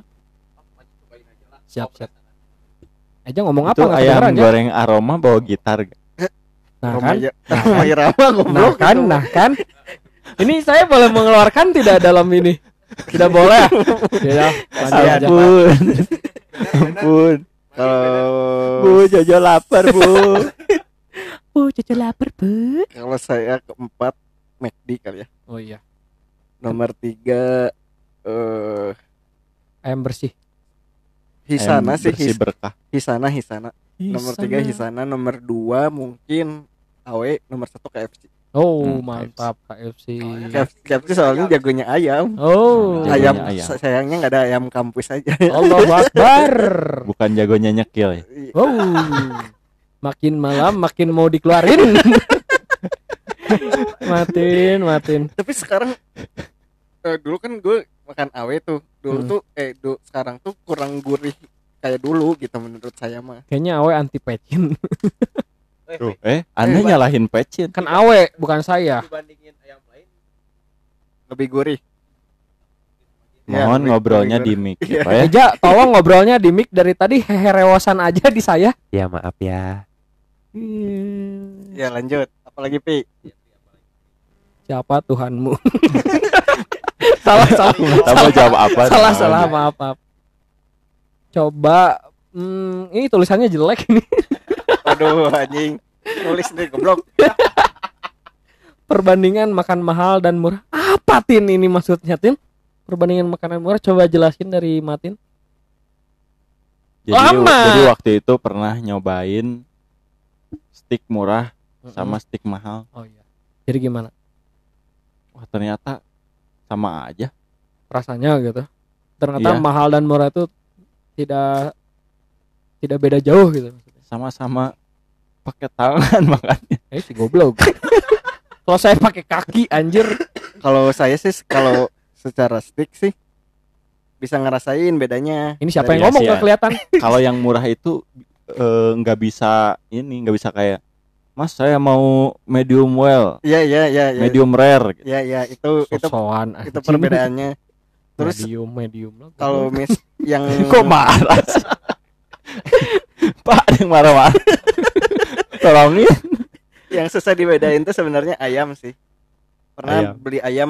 Siap, siap. Aja ngomong apa Itu nggak ayam kedengeran ya? goreng aroma bawa gitar. Nah kan, Romai nah kan, Romai Rama nah goblok. kan, nah kan. Ini saya boleh mengeluarkan tidak dalam ini? Tidak boleh. Ya, lanjut aja. Ampun. Ampun. Kalau Bu, Jojo lapar, Bu. Bu, cucu lapar, Bu. kalau saya keempat McD kali ya. Oh iya, Nomor tiga eh ayam bersih. Hisana Em, sih bersih his, berkah. Hisana Hisana. Nomor tiga Hisana, nomor dua mungkin A W, nomor satu K F C. Oh, Hmm, mantap K F C. K F C, K F C soalnya jagonya ayam. Oh, Jagonya Ayam, ayam. sa- sayangnya nggak ada ayam kampus aja. Allahu Akbar. Bukan jagonya nyekil ya. Oh, makin malam makin mau dikeluarin. matin, matin. Tapi sekarang eh, dulu kan gue makan A W tuh. Dulu Hmm. tuh eh du, sekarang tuh kurang gurih kayak dulu gitu menurut saya mah. Kayaknya awe anti pecin. Tuh, eh, Anda Eh, nyalahin pecin. Kan awe bukan saya. Dibandingin ayam lain. Lebih gurih. Ya, Mohon lebih- ngobrolnya lebih di gurih. mic Iya. ya, Pak ya. Eja, tolong ngobrolnya di mic dari tadi heherewosan aja di saya. Ya maaf ya. Ya lanjut. Apalagi Pi? Siapa Tuhanmu? salah, salah, Kita mau jawab apa? salah, salah, maaf, maaf. Coba, hmm, ini tulisannya jelek ini. Aduh anjing. Nulis nih goblok. Perbandingan makan mahal dan murah. Apa Tin ini maksudnya Tin? Perbandingan makanan murah, coba jelasin dari Matin. Jadi, Lama. jadi waktu itu pernah nyobain steak murah sama steak mahal. Oh iya. Jadi gimana Wah, ternyata sama aja. rasanya gitu? Ternyata Iya. mahal dan murah itu tidak tidak beda jauh gitu. Sama-sama pakai tangan makanya. Eh si goblok. Kalau saya pakai kaki anjir. Kalau saya sih kalau secara stick sih bisa ngerasain bedanya. Ini siapa Dari yang ngomong Asia. nggak kelihatan? Kalau yang murah itu eh, nggak bisa ini, nggak bisa kayak Mas saya mau medium well, Iya iya iya iya. medium rare. Gitu. Iya iya itu itu Sosokan itu anjing. perbedaannya. Terus medium medium lah. kalau mis yang Kok marah sih? Pak ada yang marah-marah. Tolongin. yang susah dibedain tuh sebenarnya ayam sih. Pernah Ayam. beli ayam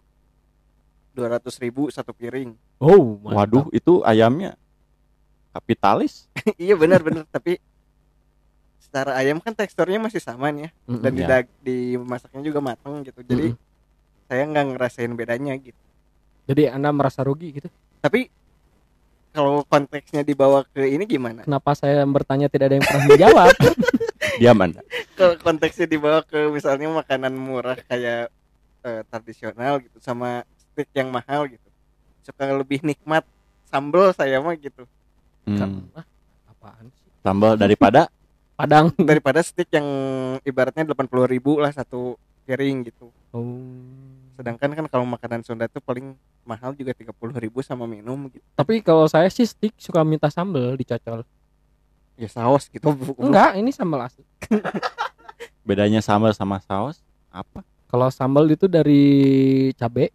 dua ratus ribu satu piring. Oh, mantap. Waduh, itu ayamnya kapitalis. Iya benar-benar tapi secara ayam kan teksturnya masih sama nih ya Mm-mm. dan Iya. didag- dimasaknya juga matang gitu. Jadi Mm-mm. saya nggak ngerasain bedanya gitu. Jadi Anda merasa rugi gitu. Tapi kalau konteksnya dibawa ke ini gimana? Kenapa saya bertanya tidak ada yang pernah menjawab? Diam Anda. Kalau konteksnya dibawa ke misalnya makanan murah kayak eh, tradisional gitu sama steak yang mahal gitu, suka lebih nikmat sambal saya mah gitu Hmm. Ah, apaan sih? Sambal daripada Padang. daripada steak yang ibaratnya delapan puluh ribu lah satu piring gitu. Oh. Sedangkan kan kalau makanan Sunda tuh paling mahal juga tiga puluh ribu sama minum gitu. Tapi kalau saya sih stick suka minta sambal dicocol. Ya saus gitu. Bu. Enggak, ini sambal asli. bedanya sambal sama saus apa? Kalau sambal itu dari cabe.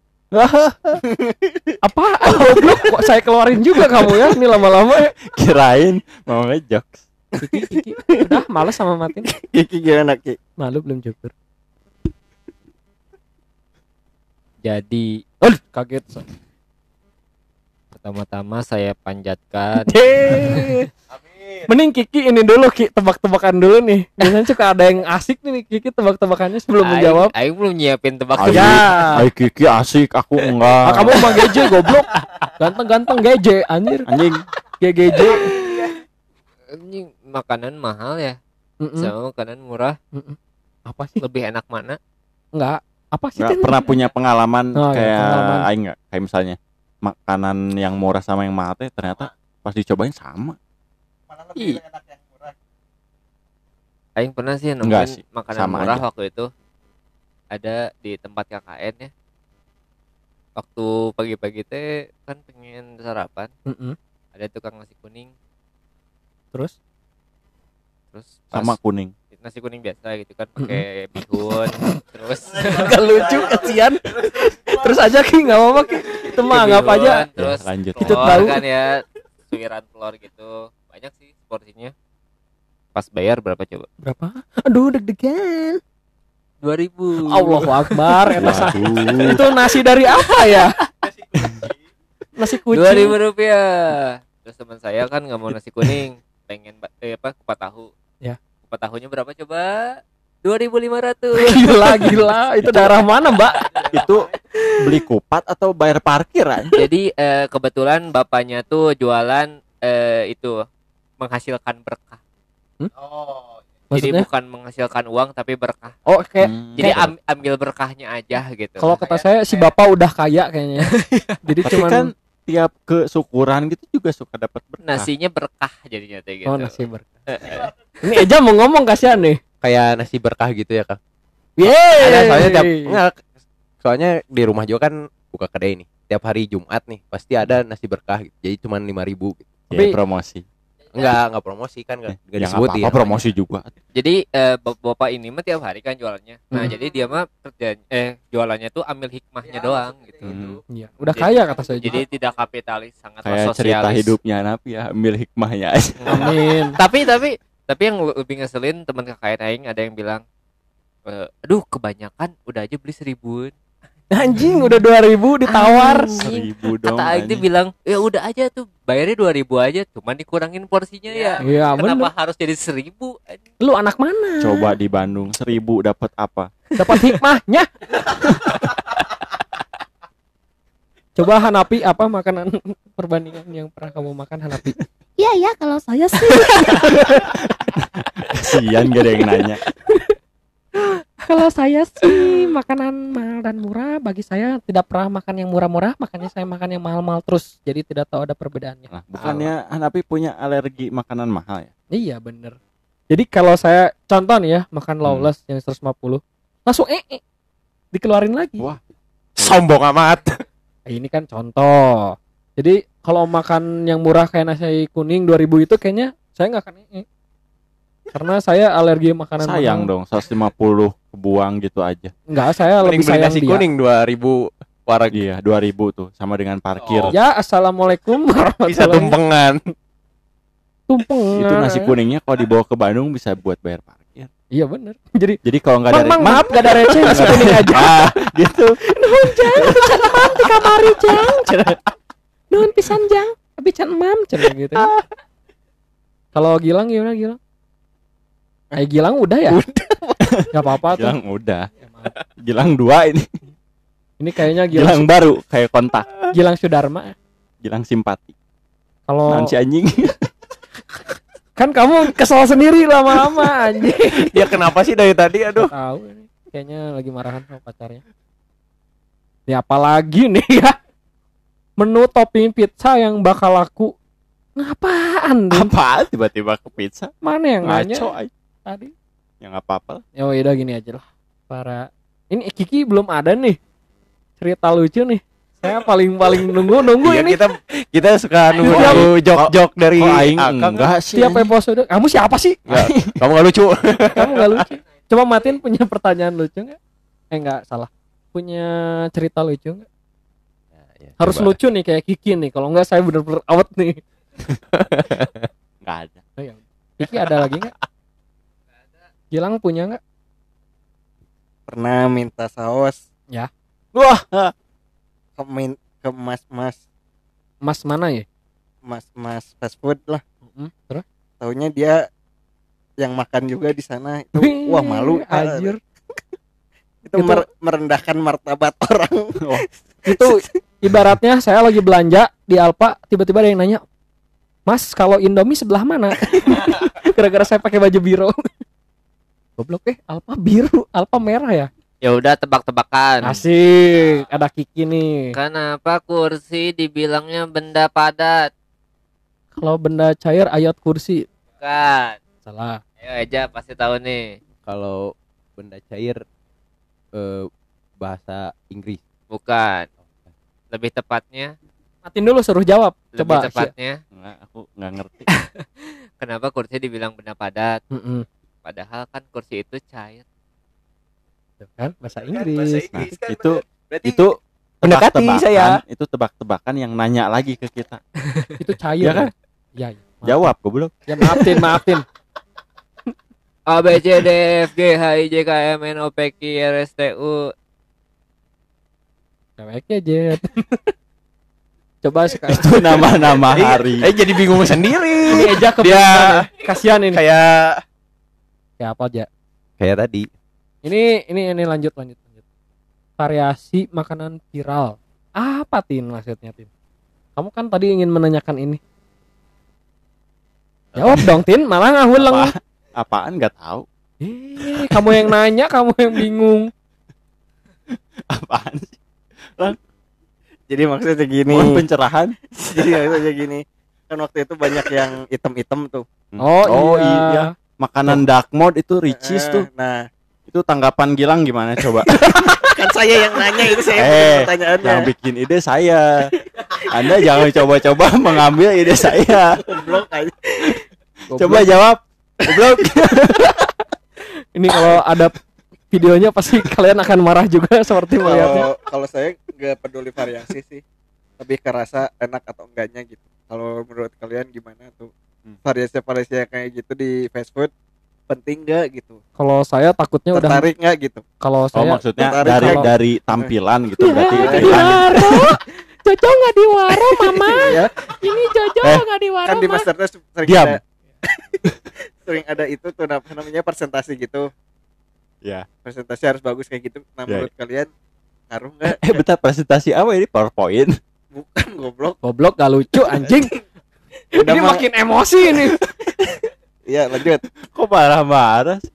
Apa? Goblok, kok saya keluarin juga kamu ya? Ini lama-lama ya. Kirain mau ngejokes. Kiki, Kiki. Udah malas sama Matin. Kiki gimana Ki? Malu belum cukur. Jadi, oh, kaget. Pertama-tama saya panjatkan Yeay. Mending Kiki ini dulu Ki, tebak-tebakan dulu nih. Biasanya suka ada yang asik nih Kiki tebak-tebakannya sebelum Aing- menjawab. Aing belum nyiapin Ayo, tebak-tebak. Ya. ayo Kiki asik, aku enggak. Ah, kamu mah G J goblok. Ganteng-ganteng G J anjir. Anjing. G G J. Ini makanan mahal ya, Mm-mm. sama makanan murah Apa sih? lebih enak mana? Enggak. Apa sih? Nggak Tin? pernah punya pengalaman Oh, iya, kayak pengalaman. aing nggak? Kayak misalnya makanan yang murah sama yang mahal teh ternyata pas dicobain sama. Ih. Aing pernah sih Enggak nemuin sih, makanan sama murah aja. waktu itu ada di tempat K K N ya. Waktu pagi-pagi teh kan pengen sarapan, Mm-mm. ada tukang nasi kuning, Terus terus pas Sama kuning. nasi kuning biasa gitu kan pakai bihun, terus Gak lucu kasihan. Terus aja Ki, enggak apa-apa Ki. Itu mah anggap bihun, aja. terus Ya, lanjut. Kita telur tahu. kan ya, suiran telur gitu, banyak sih porsinya. Pas bayar berapa coba? Berapa? Aduh deg-degan. dua ribu. Allahu Akbar. Eta sa- Waduh. itu nasi dari apa ya? Nasi kucing. Dua ribu rupiah. Terus teman saya kan nggak mau nasi kuning, pengen ba- eh, apa kupat tahu. Ya. Kupat tahunya berapa coba? Dua ribu lima ratus. Gila gila. Itu daerah mana, Mbak? Itu beli kupat atau bayar parkir aja? Jadi eh, kebetulan bapaknya tuh jualan eh, itu menghasilkan berkah. Jadi Maksudnya? bukan menghasilkan uang tapi berkah. Oh, kayak Hmm. Jadi am- ambil berkahnya aja gitu. kalau kata saya si bapak udah kaya kayaknya. Jadi Tapi cuman kan tiap kesyukuran gitu juga suka dapat berkah. nasinya berkah jadinya teh gitu. oh nasi berkah. Ini Eja mau ngomong kasihan nih. Kayak nasi berkah gitu ya, Kang. Yeay. Ada soalnya tiap enggak, soalnya di rumah juga kan buka kedai nih. Tiap hari Jumat nih pasti ada nasi berkah gitu. Jadi cuma lima ribu gitu. Ya, Tapi- promosi. Enggak, enggak promosi kan enggak enggak Ya nggak disebutin. apa-apa promosi juga. Jadi eh, bap- bapak ini mah tiap hari kan jualannya. Nah, Hmm. jadi dia mah kerja eh jualannya tuh ambil hikmahnya doang gitu. Hmm. Iya, udah kaya kata saya juga. Jadi tidak kapitalis, sangat Kayak cerita sosialis. hidupnya Napi ya, ambil hikmahnya aja. Amin. tapi tapi tapi yang lebih ngeselin teman kakak aing ada yang bilang eh, aduh kebanyakan udah aja beli seribuan. Anjing udah dua ribu ditawar. Anjing. Seribu dong. Kata aing tuh anjing. bilang ya udah aja tuh bayarnya dua ribu aja, cuman dikurangin porsinya ya. Iya, Kenapa bener. harus jadi seribu? Anjing. Lu anak mana? Coba di Bandung seribu dapat apa? Dapat hikmahnya. Coba Hanapi apa makanan perbandingan yang pernah kamu makan Hanapi? Iya ya kalau saya sih. Kasian gak ada yang nanya. Kalau saya sih makanan mahal dan murah, bagi saya tidak pernah makan yang murah-murah, makanya saya makan yang mahal-mahal terus. Jadi tidak tahu ada perbedaannya. Nah, bukannya Hanapi punya alergi makanan mahal ya? Iya bener. Jadi kalau saya contoh nih ya makan lawless yang seratus lima puluh, langsung eh, eh dikeluarin lagi. Wah. Sombong amat. Nah, ini kan contoh. Jadi kalau makan yang murah kayak nasi kuning dua ribu itu kayaknya saya nggak akan eh, eh. Karena saya alergi makanan Sayang mahal. dong seratus lima puluh kebuang gitu aja. Enggak, saya Mending lebih beli sayang nasi dia. kuning dua ribu warga. Iya, dua ribu tuh sama dengan parkir. Oh. Ya, assalamualaikum Bisa warahmatullahi tumpengan. tumpeng. Itu nasi kuningnya kalau dibawa ke Bandung bisa buat bayar parkir. Iya bener. Jadi Jadi kalau nggak ada Mang, mang, Mang, maaf gak ada receh nasi kuning aja. ah, gitu. Nuhun jang, pisan emam di kamari jang. Cenah. Nuhun pisan jang, tapi can emam cenah gitu. Kalau Gilang gimana Gilang? Eh Gilang udah ya? Gak apa-apa tuh. Gilang udah. Ya, maaf. Gilang dua ini. Ini kayaknya Gilang Gilang baru kayak kontak. Gilang Sudarma. Gilang simpati. Kalau Nanti anjing. kan kamu kesel sendiri lama-lama anjing. Dia kenapa sih dari tadi aduh. Nggak tahu ini. Kayaknya lagi marahan sama pacarnya. Ya apalagi nih ya. Menu topping pizza yang bakal laku. Ngapaan? Din? Apa tiba-tiba ke pizza? Mana yang nanya Ngaco aja. tadi? Ya nggak apa-apa. Ya udah gini aja lah. Para ini Kiki belum ada nih cerita lucu nih. Saya paling paling nunggu nunggu Iya, ini. kita kita suka nunggu Iya. nunggu jok-jok dari Kok aing Akang. enggak sih? Tiap episode kamu siapa sih? Nggak, kamu gak lucu. Kamu gak lucu. Coba Matin punya pertanyaan lucu nggak? Eh nggak salah. Punya cerita lucu nggak? Harus Coba. lucu nih kayak Kiki nih. Kalau nggak saya bener-bener out nih. Nggak ada. Oh, ya. Kiki ada lagi nggak? Gilang punya nggak? Pernah minta saus Wah, ke min ke mas-mas Mas mana ya? mas-mas fast food lah. Mm-mm. Terus? Taunya dia yang makan juga di sana. Itu wah malu. Anjir. Itu mer- merendahkan martabat orang. Itu ibaratnya saya lagi belanja di Alfa, tiba-tiba ada yang nanya, Mas kalau Indomie sebelah mana? Gara-gara saya pakai baju biru. Goblok eh Alfa biru, Alfa merah ya. Ya udah tebak-tebakan. Asik, ada Kiki nih. Kenapa kursi dibilangnya benda padat? Kalau benda cair ayat kursi. Kan. Salah. Ayo aja pasti tahu nih. Kalau benda cair eh, bahasa Inggris. Bukan. Lebih tepatnya, Matin dulu suruh jawab. lebih Coba. tepatnya, nggak, aku nggak ngerti. kenapa kursi dibilang benda padat? Mm-mm. Padahal kan kursi itu cair. Tuh kan bahasa Inggris. Nah, itu Berarti itu mendekati tebak-tebakan, saya. itu tebak-tebakan yang nanya lagi ke kita. Itu cair. Iya kan? Ya, ya. Maaf. Jawab goblok. Ya maafin, maafin. A B C D F G H I J K L M N O P Q R S T U. Ceweknya Jet. Coba sekarang Itu nama-nama hari. Eh jadi bingung sendiri. ini aja ke Dia kasihan ini. kayak Kayak apa aja? kayak tadi. Ini ini ini lanjut lanjut lanjut. Variasi makanan viral. Apa Tin maksudnya Tin? Kamu kan tadi ingin menanyakan ini. Jawab dong Tin, malah ngahuleng. Apa? Apaan nggak tahu. Eh, kamu yang nanya, kamu yang bingung. Apaan sih? Jadi maksudnya gini. Mohon pencerahan. Jadi maksudnya gini. Kan waktu itu banyak yang item-item tuh. Oh, Oh, iya. iya. Makanan dark mode itu Ricis Eh, tuh. Nah, Itu tanggapan Gilang gimana coba? kan saya yang nanya itu saya yang Eh, bikin pertanyaannya. yang bikin ide saya. Anda jangan coba-coba mengambil ide saya. Goblok aja. Coba jawab. Goblok. Ini kalau ada videonya pasti kalian akan marah juga seperti melihatnya. Kalau kalau saya nggak peduli variasi sih, lebih ke rasa enak atau enggaknya gitu. Kalau menurut kalian gimana tuh Hmm. variasi-variasi yang kayak gitu di fast food penting nggak gitu? Kalau saya takutnya udah Tertarik nggak gitu? kalau Oh, saya maksudnya tertarik dari kalau- dari tampilan gitu Ya, berarti di pilihan. waro. Jojo nggak di waro, Mama. ya, Ini Jojo Eh, nggak di waro, kan di Ma. masternya sering Diam. ada sering ada itu tuh apa namanya presentasi gitu. Ya. Presentasi harus bagus kayak gitu. Nah, Ya. menurut kalian ngaruh nggak? Eh, bentar, presentasi apa ini? PowerPoint. Bukan goblok. Goblok gak lucu anjing. Udah Ini mah- makin emosi ini. Iya, lanjut. Kok marah-marah sih?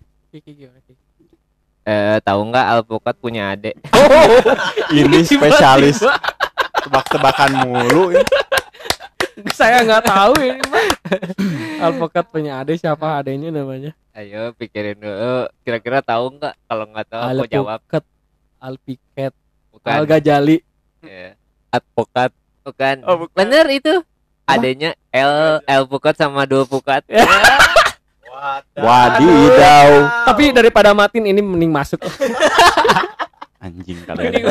Eh, tahu nggak alpukat punya adik? Ini spesialis tebak-tebakan mulu ini. Saya nggak tahu ini, Pak. Alpukat punya ade, siapa adenya namanya? Ayo pikirin dulu. Kira-kira tahu nggak? Kalau nggak tahu aku jawab. Alpukat, Alpiket, Bukan. Algajali. Ya. Advokat. Bukan. Oh, bukan. Bener itu. Adanya L L pukat sama dua pukat. Wadidaw. Tapi daripada matiin ini mending masuk. Anjing kalian.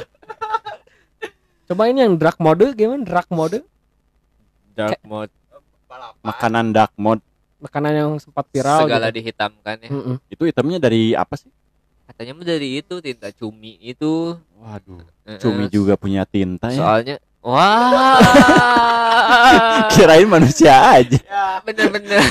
Coba ini yang drag mode gimana? Drag mode? Dark mode. Makanan dark mode Makanan yang sempat viral Segala gitu. dihitamkan ya. Mm-mm. itu itemnya dari apa sih? Katanya mah dari itu tinta cumi itu. Waduh, Eh, cumi eh, juga punya tinta ya. Soalnya wah. Kirain manusia aja. Bener-bener.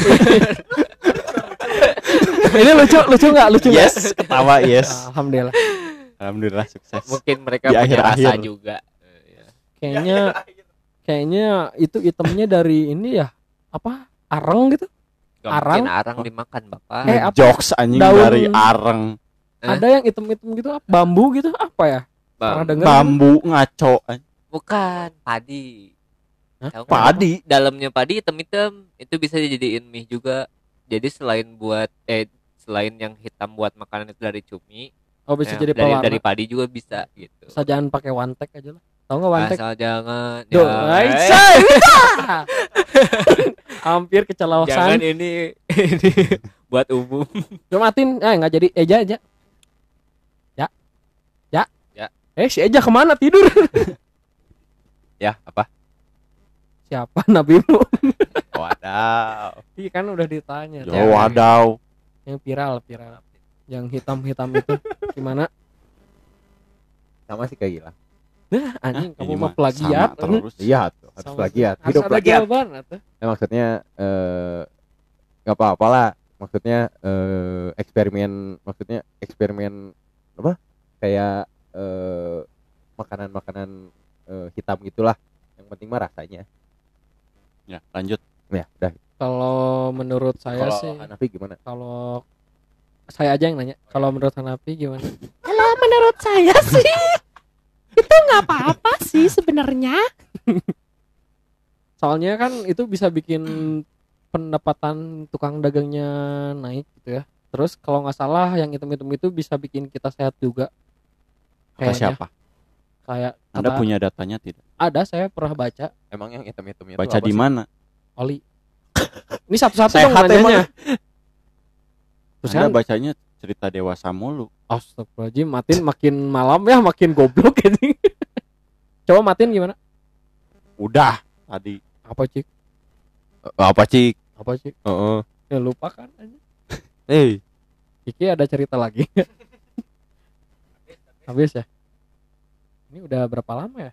Ini lucu, lucu nggak? Lucu nggak? Yes, ketawa yes. Alhamdulillah. Alhamdulillah sukses. Mungkin mereka Di punya rasa akhir-akhir. juga. Eh, ya. Kayaknya, kayaknya itu itemnya dari ini ya? Apa? Areng gitu? Gak Arang? mungkin arang dimakan bapak. Eh, apa? Jokes anjing Daun- dari areng. Eh? Ada yang item-item gitu? apa? Bambu gitu? Apa ya? Pernah Bang, denger? Bambu ngaco. bukan padi. Hah? Tahu nggak? Padi. Dalamnya padi hitam-hitam itu bisa dijadiin mie juga. Jadi selain buat eh selain yang hitam buat makanan itu dari cumi, Oh bisa ya, jadi dari pewarna. dari padi juga bisa gitu. Asal jangan pakai wantek aja lah. Tahu nggak wantek? Asal jangan Duh, ya, ay, eh, say. Hampir jangan kecelakaan. ini ini buat umum. Coba matiin, eh nggak jadi Eja aja. Ya, ya, Ya. Eh si Eja kemana tidur? Ya, apa? Siapa nabimu? Wadaw. Iya kan udah ditanya. Yo wadaw. Yang viral, viral. Yang hitam-hitam itu gimana? Sama sih kayak gila. Nah, anjing Hah, kamu ini mah mah plagiat. sama terus. Iya, tuh, harus Sama. plagiat. Harus Hidup ada plagiat. jawaban atuh. Nah, maksudnya eh nggak apa-apa lah. Maksudnya eh eksperimen, maksudnya eksperimen apa? Kayak eh makanan-makanan eh, hitam gitulah. Yang penting mah rasanya. Ya, lanjut. Ya, udah. Kalau menurut saya Kalau sih, Hanafi gimana? kalau saya aja yang nanya. Kalau menurut Hanafi gimana? Kalau menurut saya sih itu nggak apa-apa sih sebenarnya. Soalnya kan itu bisa bikin pendapatan tukang dagangnya naik gitu ya. Terus kalau nggak salah yang hitam-hitam itu bisa bikin kita sehat juga. Kata Kayaknya. siapa? Kayak Anda kata- punya datanya tidak? ada saya pernah baca Emang yang hitam-hitamnya itu Baca apa di sih? mana? oli. Ini satu-satu Sehat dong nanyanya. Terus Anda kan bacanya cerita dewasa mulu. astagfirullahaladzim, matiin makin malam ya makin goblok ini. Coba matiin gimana? Udah tadi. Apa cik? Eh, apa cik? Apa cik? Heeh. Ya lupa kan aja. Eh, Kiki ada cerita lagi. Habis ya? Ini udah berapa lama ya?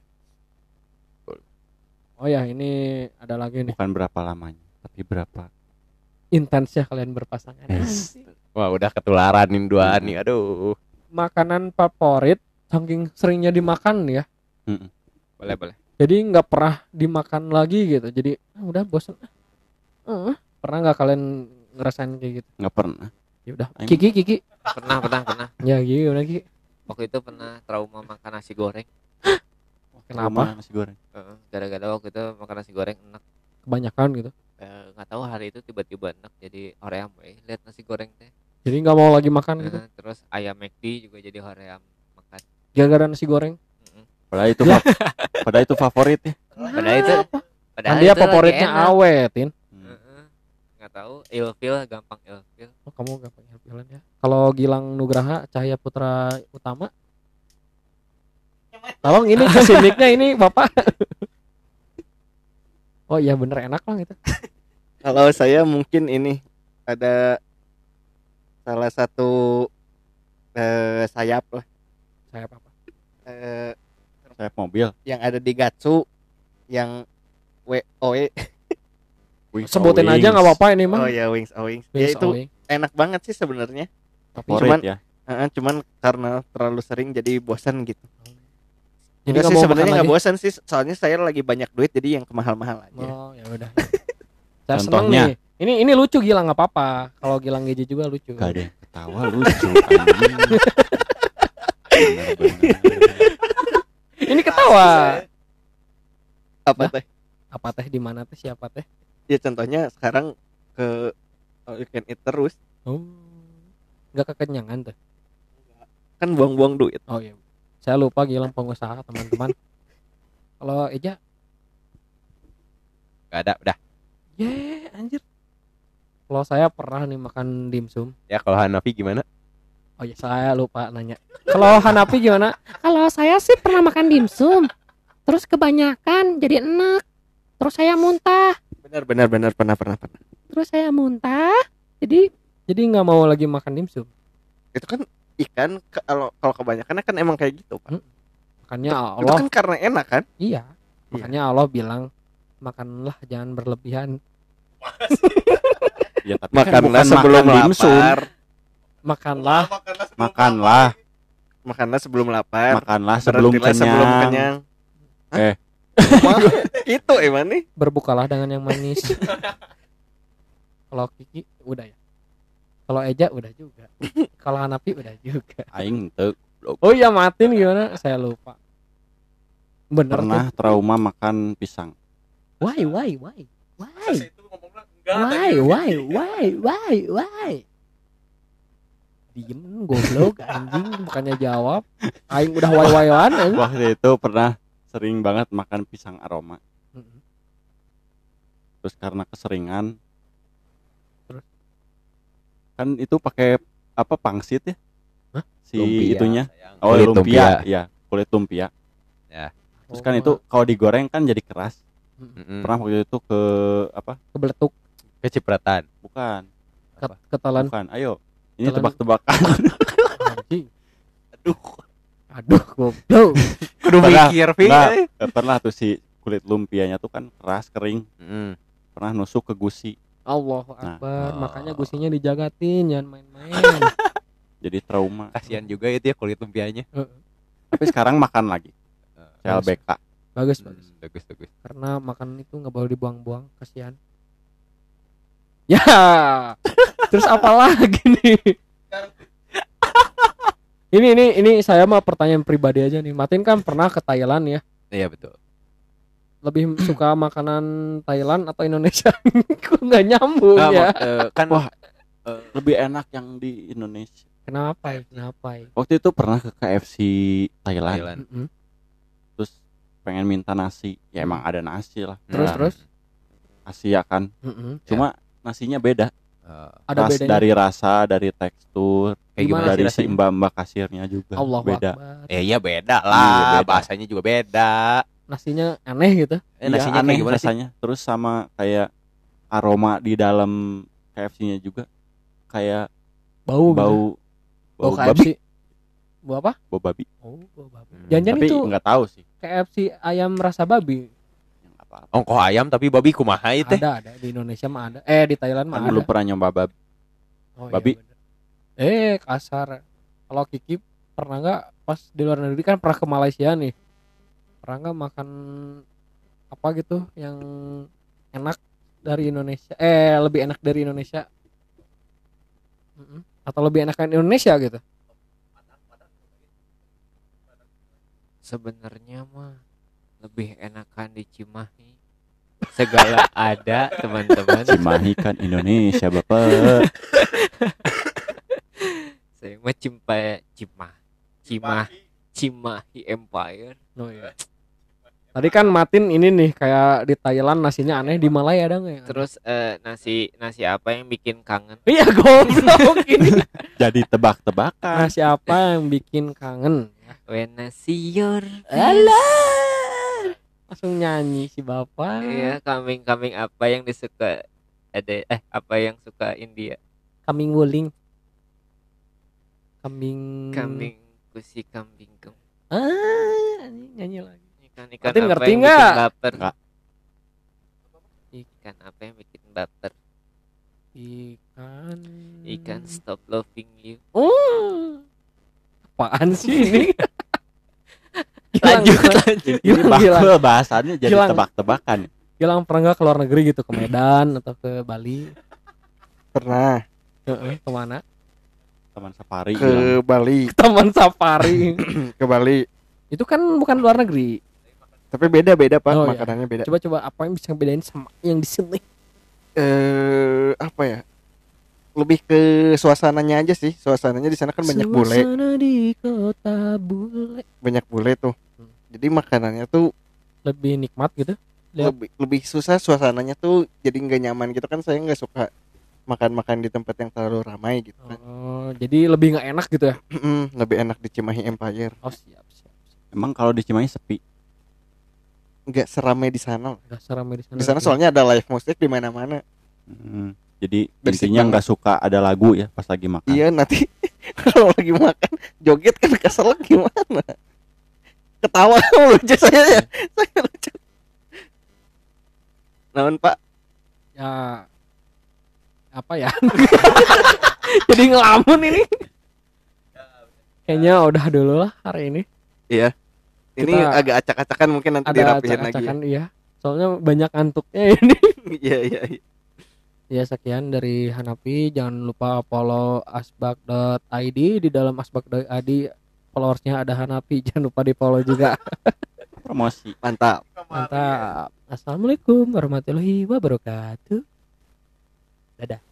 Oh ya, ini ada lagi nih. bukan berapa lamanya, tapi berapa. Intensnya kalian berpasangan. Yes. Wah, udah ketularan nih duaan nih. Aduh. Makanan favorit saking seringnya dimakan ya. Mm-mm. Boleh, boleh. Jadi nggak pernah dimakan lagi gitu. Jadi ah, udah bosen. Ah, pernah nggak kalian ngerasain kayak gitu? Nggak pernah. Ya udah. Aing- Kiki, Kiki. Pernah, pernah, pernah. Ya gimana Kiki? Waktu itu pernah trauma makan nasi goreng. Kenapa? Rumah nasi goreng. Heeh, gara-gara waktu itu makan nasi goreng enak. Kebanyakan gitu. Eh, nggak tahu hari itu tiba-tiba enak jadi hoream we lihat nasi goreng teh. Jadi nggak mau lagi makan gitu. Eh, terus ayam McD juga jadi hoream makan. Gara-gara nasi goreng. Heeh. Padahal itu fa- padahal itu favorit ya. Padahal itu Kan padahal dia itu lagi favoritnya enak. awetin. Hmm. Heeh. Nggak tahu ilfil gampang ilfil. Oh, kamu gak pengen pilihan ya. Kalau Gilang Nugraha Cahaya Putra Utama. Tolong ini kasih mic-nya ini Bapak. Oh iya bener enak lah gitu. Kalau saya mungkin ini ada salah satu eh, sayap lah Saya apa? eh, Saya mobil. yang ada di Gatsu yang W O E. Wings Sebutin or aja nggak wings. apa-apa ini mah. Oh ya Wings oh Wings. Wings Ya itu Owing. enak banget sih sebenarnya. Tapi Favorit cuman ya. Heeh, cuman karena terlalu sering jadi bosan gitu. jadi Enggak nggak sih mau sebenarnya makan nggak lagi. bosan sih, soalnya saya lagi banyak duit jadi yang kemahal-mahal aja. Oh ya udah. Saya seneng Contohnya? nih. Ini ini lucu Gilang nggak apa-apa. Kalau Gilang Geji juga lucu. Gak ada yang ketawa lucu anjing. Bener-bener. Ini ketawa. Apa Nah. teh? Apa teh di mana teh siapa teh? Ya contohnya sekarang ke all you can eat terus Oh. Nggak kekenyangan tuh. kan buang-buang duit. Oh iya. Saya lupa Gilang pengusaha teman-teman. Kalau Eja, Gak ada, udah. ye anjir. Kalau saya pernah nih makan dimsum. Ya kalau Hanafi gimana? Oh iya saya lupa nanya. Kalau Hanafi gimana? Kalau saya sih pernah makan dimsum. Terus kebanyakan jadi enak. Terus saya muntah. Benar benar benar pernah pernah pernah. Terus saya muntah. Jadi jadi nggak mau lagi makan dimsum. Itu kan ikan ke- kalau kalau kebanyakan kan emang kayak gitu, Pak. Makanya Itu Allah kan karena enak kan? iya. Makanya Allah bilang makanlah jangan berlebihan. Ya tapi kan Makanlah bukan sebelum makan dimsum. lapar. Makanlah Makanlah, Makanlah sebelum lapar. makanlah sebelum Berhentilah kenyang. sebelum kenyang. Hah? Eh. Mah, itu emang nih. berbukalah dengan yang manis. Kalau Kiki udah ya. Kalau Eja udah juga. Kalau Hanafi udah juga. Aing teu Oh iya Matin gimana? Saya lupa. Bener pernah trauma makan pisang. tuh. Why why why why why why why why why diem goblok anjing bukannya jawab. Aing udah why why-an anjing. Waktu itu pernah sering banget makan pisang aroma. Mm-mm. Terus karena keseringan, Terus? kan itu pakai apa pangsit ya? Hah? Si Lumpia, itunya. sayang. Oh, Kulit lumpia, ya, kulit lumpia. Terus kan Oh, itu kalau digoreng kan jadi keras. Mm-mm. Pernah waktu itu ke apa? kebeletuk Kecipratan. Bukan, ket- ketelan bukan. Ayo. Ini Telan. tebak-tebakan. anjing. Aduh. Aduh goblok. Kudu Pernah, mikir, Enggak, eh, pernah tuh si kulit lumpianya tuh kan keras, kering. Mm. Pernah nusuk ke gusi. Allahu Nah. Akbar. Oh. Makanya gusinya dijagatin, jangan main-main. Jadi trauma. Kasihan juga itu ya kulit lumpianya. Tapi sekarang makan lagi. C L B K. Bagus Hmm, bagus. bagus bagus. Karena makan itu nggak boleh dibuang-buang, kasihan. Ya. Terus apa lagi nih? Ini ini ini saya mah pertanyaan pribadi aja nih. Matin kan pernah ke Thailand ya. Iya betul. Lebih suka makanan Thailand atau Indonesia? Kok nggak nyambung Nah, ya? mak- eh, kan Wah. Eh, lebih enak yang di Indonesia. Kenapa ya? Kenapa ya? Waktu itu pernah ke K F C Thailand. Thailand. Mm-mm. Terus pengen minta nasi. Ya emang ada nasi lah. Terus Nah, terus. Asia kan. Mm-mm. Cuma nasinya beda. Eh, Ada Ras- bedanya. dari rasa, dari tekstur, kayak Gimana gimana dari sih si rasanya? mbak-mbak kasirnya juga Allah beda. Akbar. Eh iya beda Iya, lah, beda. bahasanya juga beda. Nasinya aneh gitu. Eh, Iya, nasinya aneh kayak gimana sih? rasanya. Terus sama kayak aroma di dalam K F C-nya juga kayak Bau gitu. bau Bau bau K F C. babi, Bau apa? bau babi. Oh, bau babi. Hmm. Jangan-jangan Tapi itu nggak tahu sih. K F C ayam rasa babi. Yang apa? Ongkoh ayam tapi babi kumaha ieu teh? Ada ada di Indonesia mah ada. Eh di Thailand mah Kan ada. belum pernah nyoba babi. Oh, babi. Iya, bener. eh kasar. Kalau Kiki pernah nggak pas di luar negeri kan pernah ke Malaysia nih. Pernah nggak makan apa gitu yang enak dari Indonesia? Eh lebih enak dari Indonesia? Mm-mm. Atau lebih enakan Indonesia gitu? Sebenarnya mah lebih enakan di Cimahi. Segala ada teman-teman. Cimahi kan Indonesia, Bapak. Saya mah cimpa Cimah Cimah Cimahi Empire. Oh iya. Tadi kan Matin ini nih kayak di Thailand nasinya aneh, di Malaya ada nggak ya? Terus eh, nasi nasi apa yang bikin kangen? Iya goblok ini. Jadi tebak-tebakan. Nasi apa yang bikin kangen? When I see your Alah. Langsung nyanyi si bapak. Iya, kambing-kambing apa yang disuka ada eh apa yang suka India? Kambing wuling. Kambing. Kambing kusi kambing kem. Ah, anjing, nyanyi lagi. Ikan-ikan Martin apa ngerti yang nggak? bikin baper? Nggak. Ikan apa yang bikin baper? Ikan. Ikan stop loving you. Oh. Apaan sih ini? Gilang, Lanjut, Gilang. lanjut. Ini Gilang, Gilang. bakal bahasannya jadi Gilang. tebak-tebakan. Gilang pernah nggak ke luar negeri gitu, ke Medan atau ke Bali? Pernah Heeh, kemana? Taman safari. ke Gilang. Bali, Taman safari. ke Bali. Itu kan bukan luar negeri. Tapi beda-beda Pak, Oh, iya. makanannya beda. Coba-coba apa yang bisa ngebedain sama yang di sini? Eh apa ya? Lebih ke suasananya aja sih. Suasananya di sana kan banyak bule, Suasana di kota bule. banyak bule tuh. Hmm. Jadi makanannya tuh Lebih nikmat gitu. Lihat. lebih lebih susah, suasananya tuh jadi nggak nyaman gitu kan. Saya nggak suka makan-makan di tempat yang terlalu ramai gitu kan. Oh, jadi lebih nggak enak gitu ya? Lebih enak di Cimahi Empire. Oh siap siap. Emang kalau di Cimahi sepi. Nggak seramai di sana. Gak seramai di sana. Di sana gitu. soalnya ada live musik di mana-mana. Hmm, Jadi Berisik intinya banget. nggak suka ada lagu ya pas lagi makan. Iya nanti kalau lagi makan joget kan kesel gimana? Ketawa lucu saya ya. Saya lucu. Naon Pak? Ya apa ya? Jadi ngelamun ini. Kayaknya udah dulu lah hari ini. Iya. Ini Kita agak acak-acakan mungkin nanti Ada dirapihin lagi. Ya. acak-acakan iya. Soalnya banyak antuknya ini. Iya iya iya. Ya sekian dari Hanapi. Jangan lupa follow asbak dot i d. Di dalam asbak dot i d followersnya ada Hanapi. Jangan lupa di follow juga. Promosi. Mantap. Mantap. Assalamualaikum warahmatullahi wabarakatuh. Dadah.